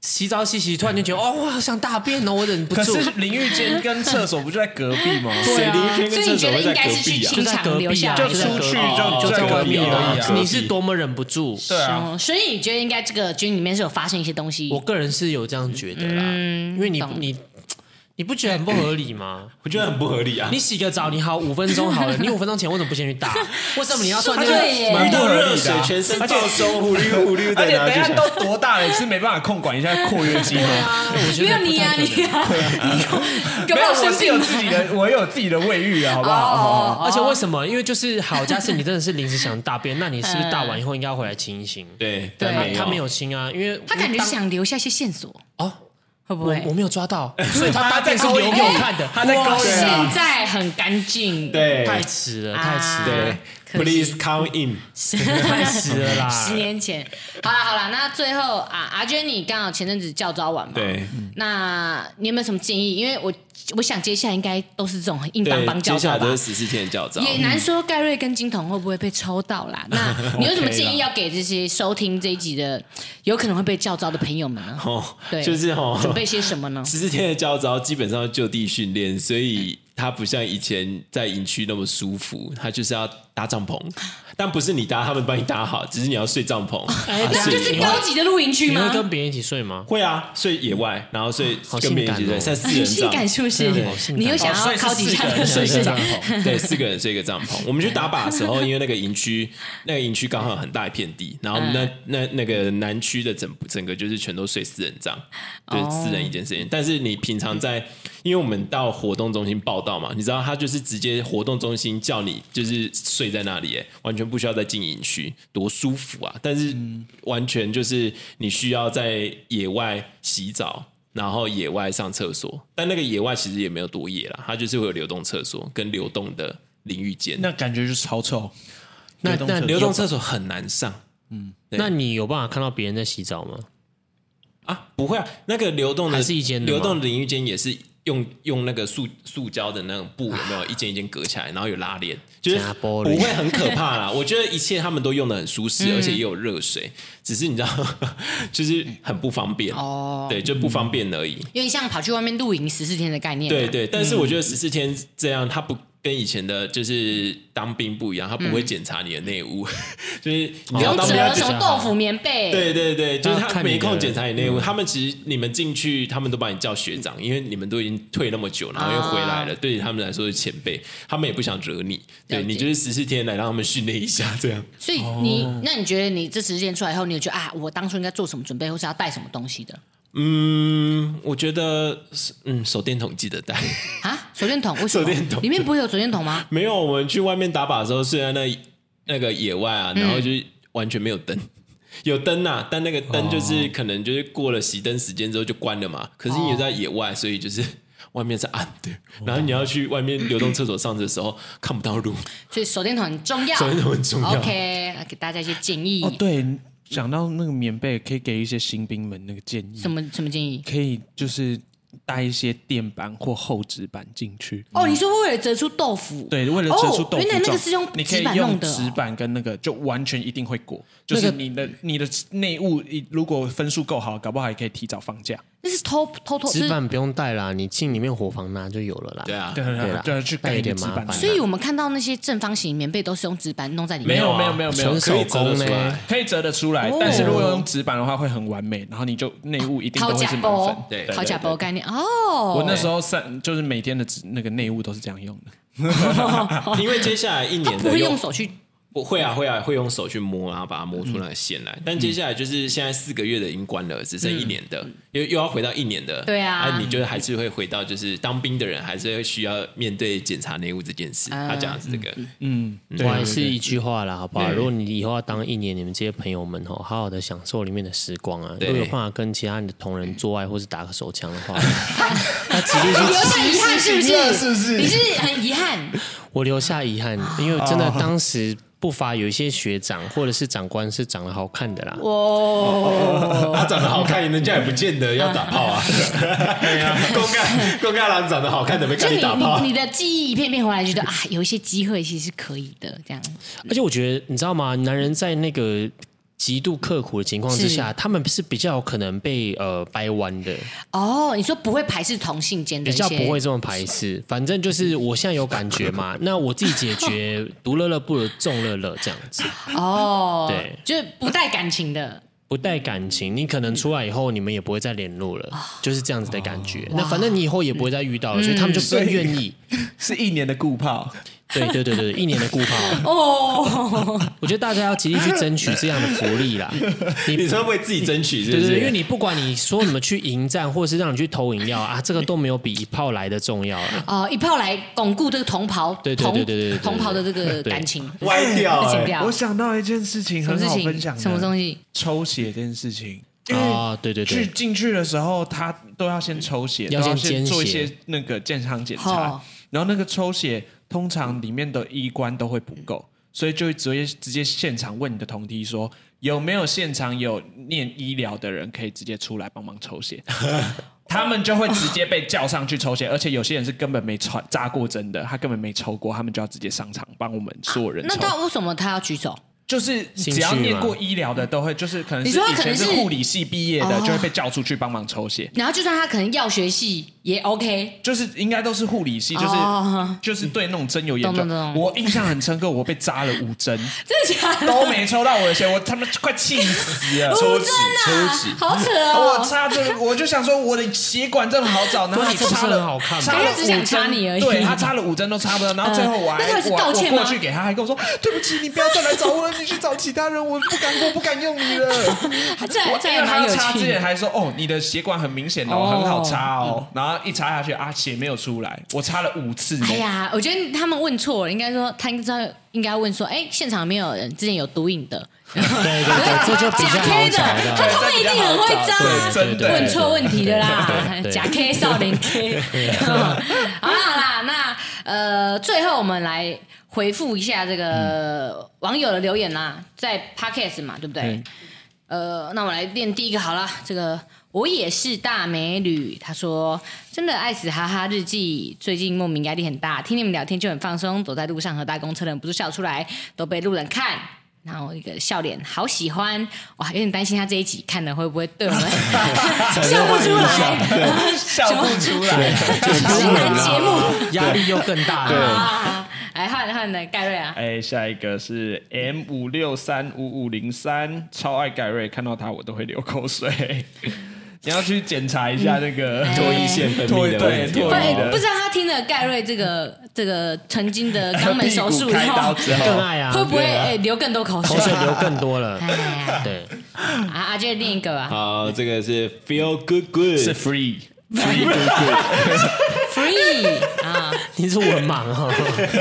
洗澡洗，突然就觉得我好想大便哦，我忍不住。 可是淋浴间跟厕所不就在隔壁吗？ 对啊，淋浴间跟厕所会在隔壁啊， 就在隔壁啊， 就出去就在隔壁而已啊。 你是多么忍不住？ 对啊， 所以你觉得应该这个军里面是有发生一些东西？ 我个人是有这样觉得啦，因为你不觉得很不合理吗？ 我觉得很不合理啊！ 你洗个澡，你好5分钟好了，你5分钟前为什么不先去大？为什么你要算那个？ 遇到热水全身暴收，呼溜的， 而且等一下都多大了，是没办法控管一下括约肌吗？ 没有你啊， 没有，我是有自己的，我有自己的卫浴啊，好不好？ 而且为什么？因为就是好，假设你真的是临时想大便，那你是不是大完以后应该要回来清一清？ 对， 他没有清啊，因为他感觉想留下一些线索哦。会不会我没有抓到，所以他大便是留给我看的。 他在勾引， 现在很干净， 对， 太迟了，太迟了。 Please come in， 太迟了啦 ！10年前，好啦，那最后阿娟，你刚好前阵子教招完嘛？ 对， 那你有没有什么建议？因为我想接下来应该都是这种很硬邦邦教招吧， 接下来都是14天的教招， 也难说盖瑞跟金童会不会被抽到啦。那你有什么建议要给这些收听这一集的有可能会被教招的朋友们呢？对， 就是准备些什么呢 ？14天的教招基本上就地训练，所以它不像以前在营区那么舒服，它就是要搭帐篷，但不是你搭，他们帮你搭好，只是你要睡帐篷。 这就是高级的露营区吗？ 你会跟别人一起睡吗？ 会啊，睡野外，然后睡跟别人一起睡，在4人帐， 性感是不是？你又想要高级睡帐篷？对，4个人睡一个帐篷。我们去打靶的时候，因为那个营区刚好有很大一片地，然后那个南区的整个就是全都睡4人帐，就是4人一间房间。但是你平常因为我们到活动中心报到嘛，你知道他就是直接活动中心叫你就是睡在那里，完全不需要再进营区，多舒服啊！但是完全就是你需要在野外洗澡，然后野外上厕所，但那个野外其实也没有多野啦，它就是会有流动厕所跟流动的淋浴间， 那感觉就是超臭。 那流动厕所很难上， 那你有办法看到别人在洗澡吗？ 啊，不会啊，那个流动的还是一间流动的淋浴间也是用那个塑胶的那种布，有没有一间一间隔起来，然后有拉链，就是不会很可怕啦。我觉得一切他们都用的很舒适，而且也有热水，只是你知道，就是很不方便哦。对，就不方便而已。 有点像跑去外面露营14天的概念。 对，但是我觉得14天这样，它不跟以前的就是当兵不一样，他不会检查你的内务，就是你要当兵什么豆腐棉被， 对，就是他没空检查你内务。他们其实你们进去，他们都把你叫学长，因为你们都已经退那么久，然后又回来了，对他们来说是前辈，他们也不想惹你，对你就是14天来让他们训练一下这样。 所以那你觉得你这14天出来以后，你有觉得我当初应该做什么准备，或是要带什么东西的？ 我觉得手电筒记得带啊，手电筒为什么？ 手电筒里面不会有手电筒吗？ 没有，我们去外面打靶的时候，虽然那个野外啊，然后就是完全没有灯，有灯啊，但那个灯就是可能就是过了熄灯时间之后就关了嘛。可是你也在野外，所以就是外面是暗的，然后你要去外面流动厕所上的时候看不到路， 所以手电筒很重要， 手电筒很重要。 OK， 给大家一些建议。 对。讲到那个棉被，可以给一些新兵们那个建议。 什么建议？ 可以就是带一些垫板或厚纸板进去。 你说为了折出豆腐？ 对，为了折出豆腐。 原来那个是用你可以用纸板跟那个就完全一定会过。就是你的内务如果分数够好，搞不好还可以提早放假。 那是偷纸板不用带啦，你进里面伙房拿就有了啦。 对， 去盖一点纸板。 所以我们看到那些正方形棉被都是用纸板弄在里面。 没有， 纯手工呢， 可以折得出来。但是如果用纸板的话会很完美，然后你就内务一定都会是满分。 对， 掏假包概念哦。 我那时候就是每天的那个内务都是这样用的。 因为接下来1年的不会用手去。 会用手去摸，然后把它摸出那个线来。但接下来就是现在4个月的已经关了，只剩1年的，又要回到1年的。 对啊， 你就还是会回到就是当兵的人还是会需要面对检查内务这件事。他讲的是这个， 我还是一句话啦，好不好？如果你以后要当1年，你们这些朋友们好好的享受里面的时光啊。如果有办法跟其他的同仁做爱或是打个手枪的话， 他极力去留下遗憾，是不是？你是很遗憾？ 我留下遗憾，因为真的当时。不乏有一些学长或者是长官是长得好看的啦。 他长得好看，人家也不见得要打炮啊。公干郎长得好看的没跟你打炮。 你的记忆一片片回来，觉得有一些机会其实是可以的这样。 而且我觉得你知道吗？男人在那个极度刻苦的情况之下，他们是比较有可能被掰弯的。 哦，你说不会排斥同性间的比较不会这么排斥，反正就是我现在有感觉嘛，那我自己解决，独乐乐不如众乐乐这样子。 哦， 对， 就是不带感情的。 不带感情，你可能出来以后，你们也不会再联络了，就是这样子的感觉。那反正你以后也不会再遇到了，所以他们就更愿意。 是1年的固炮。 对，1年的固炮哦。我觉得大家要极力去争取这样的福利啦。 你说为自己争取是不是？ 对，因为你不管你说什么去迎战，或者是让你去投饮料啊，这个都没有比一炮来的重要了。 哦，一炮来巩固这个同袍， 对， 同袍的这个感情歪掉。 我想到一件事情很好分享， 什么东西？ 抽血这件事情。 啊，对， 进去的时候，他都要先抽血， 要先做一些那个健康检查，然后那个抽血通常里面的医官都会不够，所以就会直接现场问你的同梯说有没有现场有念医疗的人可以直接出来帮忙抽血，他们就会直接被叫上去抽血，而且有些人是根本没扎过针的，他根本没抽过，他们就要直接上场帮我们所有人抽。 那他为什么他要举手？ 就是只要念过医疗的都会，就是可能是以前是护理系毕业的，就会被叫出去帮忙抽血。 然后就算他可能药学系也 OK， 就是应该都是护理系，就是对那种针有研究。我印象很深刻，我被扎了5针， 真的假的？ 都没抽到我的血，我他妈快气死了。 抽脂，好扯哦！ 我插着，我就想说我的血管这么好找，然后你插了好看， 他只想插你而已。 对，他插了5针都插不到，然后最后我过去给他，还跟我说对不起，你不要再来找我了，你去找其他人，我不敢用你了。 这也蛮有趣的。 插之前还说哦，你的血管很明显哦，很好插哦，然后一插下去啊，血没有出来，我插了5次。 哎呀，我觉得他们问错了，应该说他应该问说，哎，现场没有人之前有毒瘾的。 对，这就比较好找的。 他们一定很会扎， 真的问错问题的啦。假 K 少年 K。好啦，那最后我们来回复一下这个网友的留言啦，在 Podcast 嘛，对不对？那我来念第一个好了，这个我也是大美女，她说真的爱死哈哈日记，最近莫名压力很大，听你们聊天就很放松，走在路上和搭公车忍不住笑出来，都被路人看。然后一个笑脸，好喜欢哇！有点担心他这一集看了会不会对我们笑不出来， 笑不出来， 新闻节目压力又更大了。 来换的盖瑞啊！ 下一个是 M5635503，超爱盖瑞，看到他我都会流口水。你要去检查一下那个唾液腺分泌的问题。 不知道他听了盖瑞这个曾经的肛门手术以后， 更爱啊， 会不会流更多口水？ 口水流更多了。对， 阿杰另一个吧。 好，这个是 Feel Good Good， 是 Free 啊！ 你是文盲哦。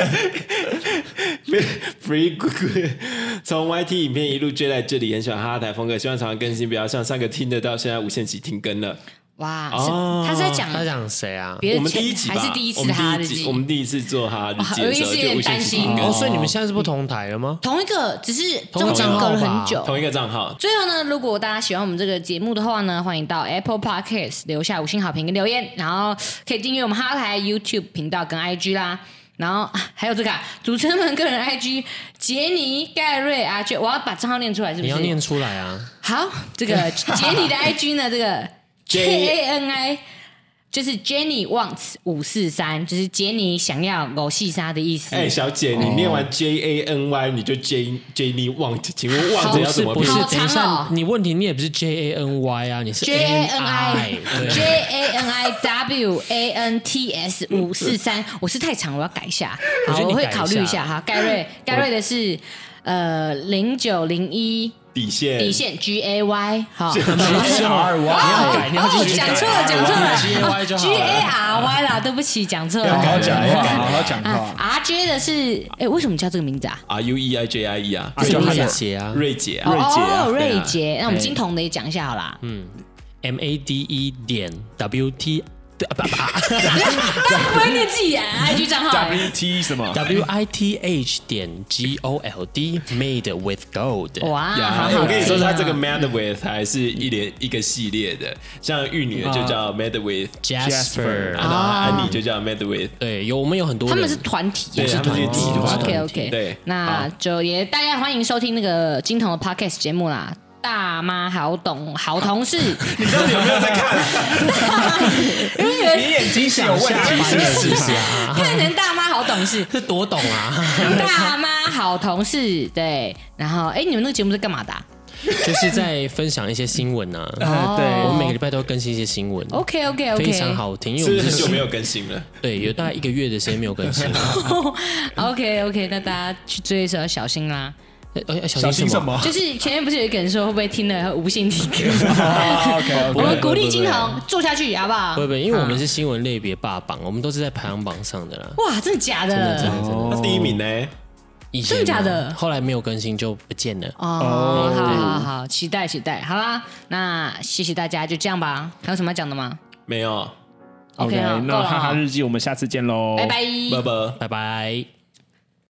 Free Good Good， 从 YT 影片一路追来这里，很喜欢哈哈台风格，希望常常更新，不要像上个听得到，现在无限期停更了。 哇，他是在讲谁啊？ 我们第一集吧， 还是第一次哈日记？ 我们第一次做哈日记的时候， 有点担心所以你们现在是不同台了吗？ 同一个，只是中间隔了很久。 同一个账号。 最后呢，如果大家喜欢我们这个节目的话呢，欢迎到 Apple Podcast 留下5星好评跟留言，然后可以订阅我们哈台 YouTube 频道跟 IG 啦。然后还有这个主持人们个人 IG 杰尼盖瑞阿杰，我要把账号念出来，是不是？ 你要念出来啊！ 好，这个杰尼的 IG 呢，这个 JANI 就是 Jenny wants 543，就是杰尼想要543的意思。 小姐，你念完 JANY 你就 Jenny want， 请问 want 要怎么拼？ 不是，等一下，你问题你也不是 JANY 啊，你是 JANI WANTS 543，我是太长，我要改一下。好，我会考虑一下哈。盖瑞的是0901。底线 GAY 好， RY 你要讲错了 GAY 就好 GARY 啦，对不起，讲错了。 好好讲话。 RJ 的是为什么叫这个名字啊 ？RUEIJIE 啊， 叫瑞杰啊， 瑞杰啊，瑞杰。那我们金童的也讲一下好啦。 MADE.WT 大家不会念自己 IG 账号 WT 什么 WITH.GOLD Made with Gold。 哇， 我跟你说，它这个 Made with 还是一个系列的，像玉女就叫 Made with Jasper， 然后安妮就叫 Made with。 对，我们有很多人， 他们是团体， 对，他们是集团。 OK， 对， 那就也大家欢迎收听那个金童的 Podcast 节目啦。大妈好懂，好同事。 你到底有没有在看？ 你眼睛是有问题， 是不是啊？ 看成大妈好懂事， 是多懂啊！ 大妈好同事，对。然后，你们那个节目是干嘛的？ 就是在分享一些新闻啊。 对， 我们每个礼拜都会更新一些新闻。 OK， 非常好听，因为我们很久没有更新了。 对，有大概1个月的时间没有更新了。 OK， 那大家去追的时候要小心啦。 小心什么？ 就是前面不是有一个人说会不会听了无心听歌？我们鼓励金童做下去，好不好？ 不，因为我们是新闻类别霸榜，我们都是在排行榜上的啦。 哇，真的假的？ 真的。 那第1名呢？ 真的假的？ 后来没有更新就不见了。 好，期待。好啦，那谢谢大家，就这样吧。还有什么要讲的吗？ 没有。 OK， 那哈哈日记我们下次见喽， 拜拜。 拜拜。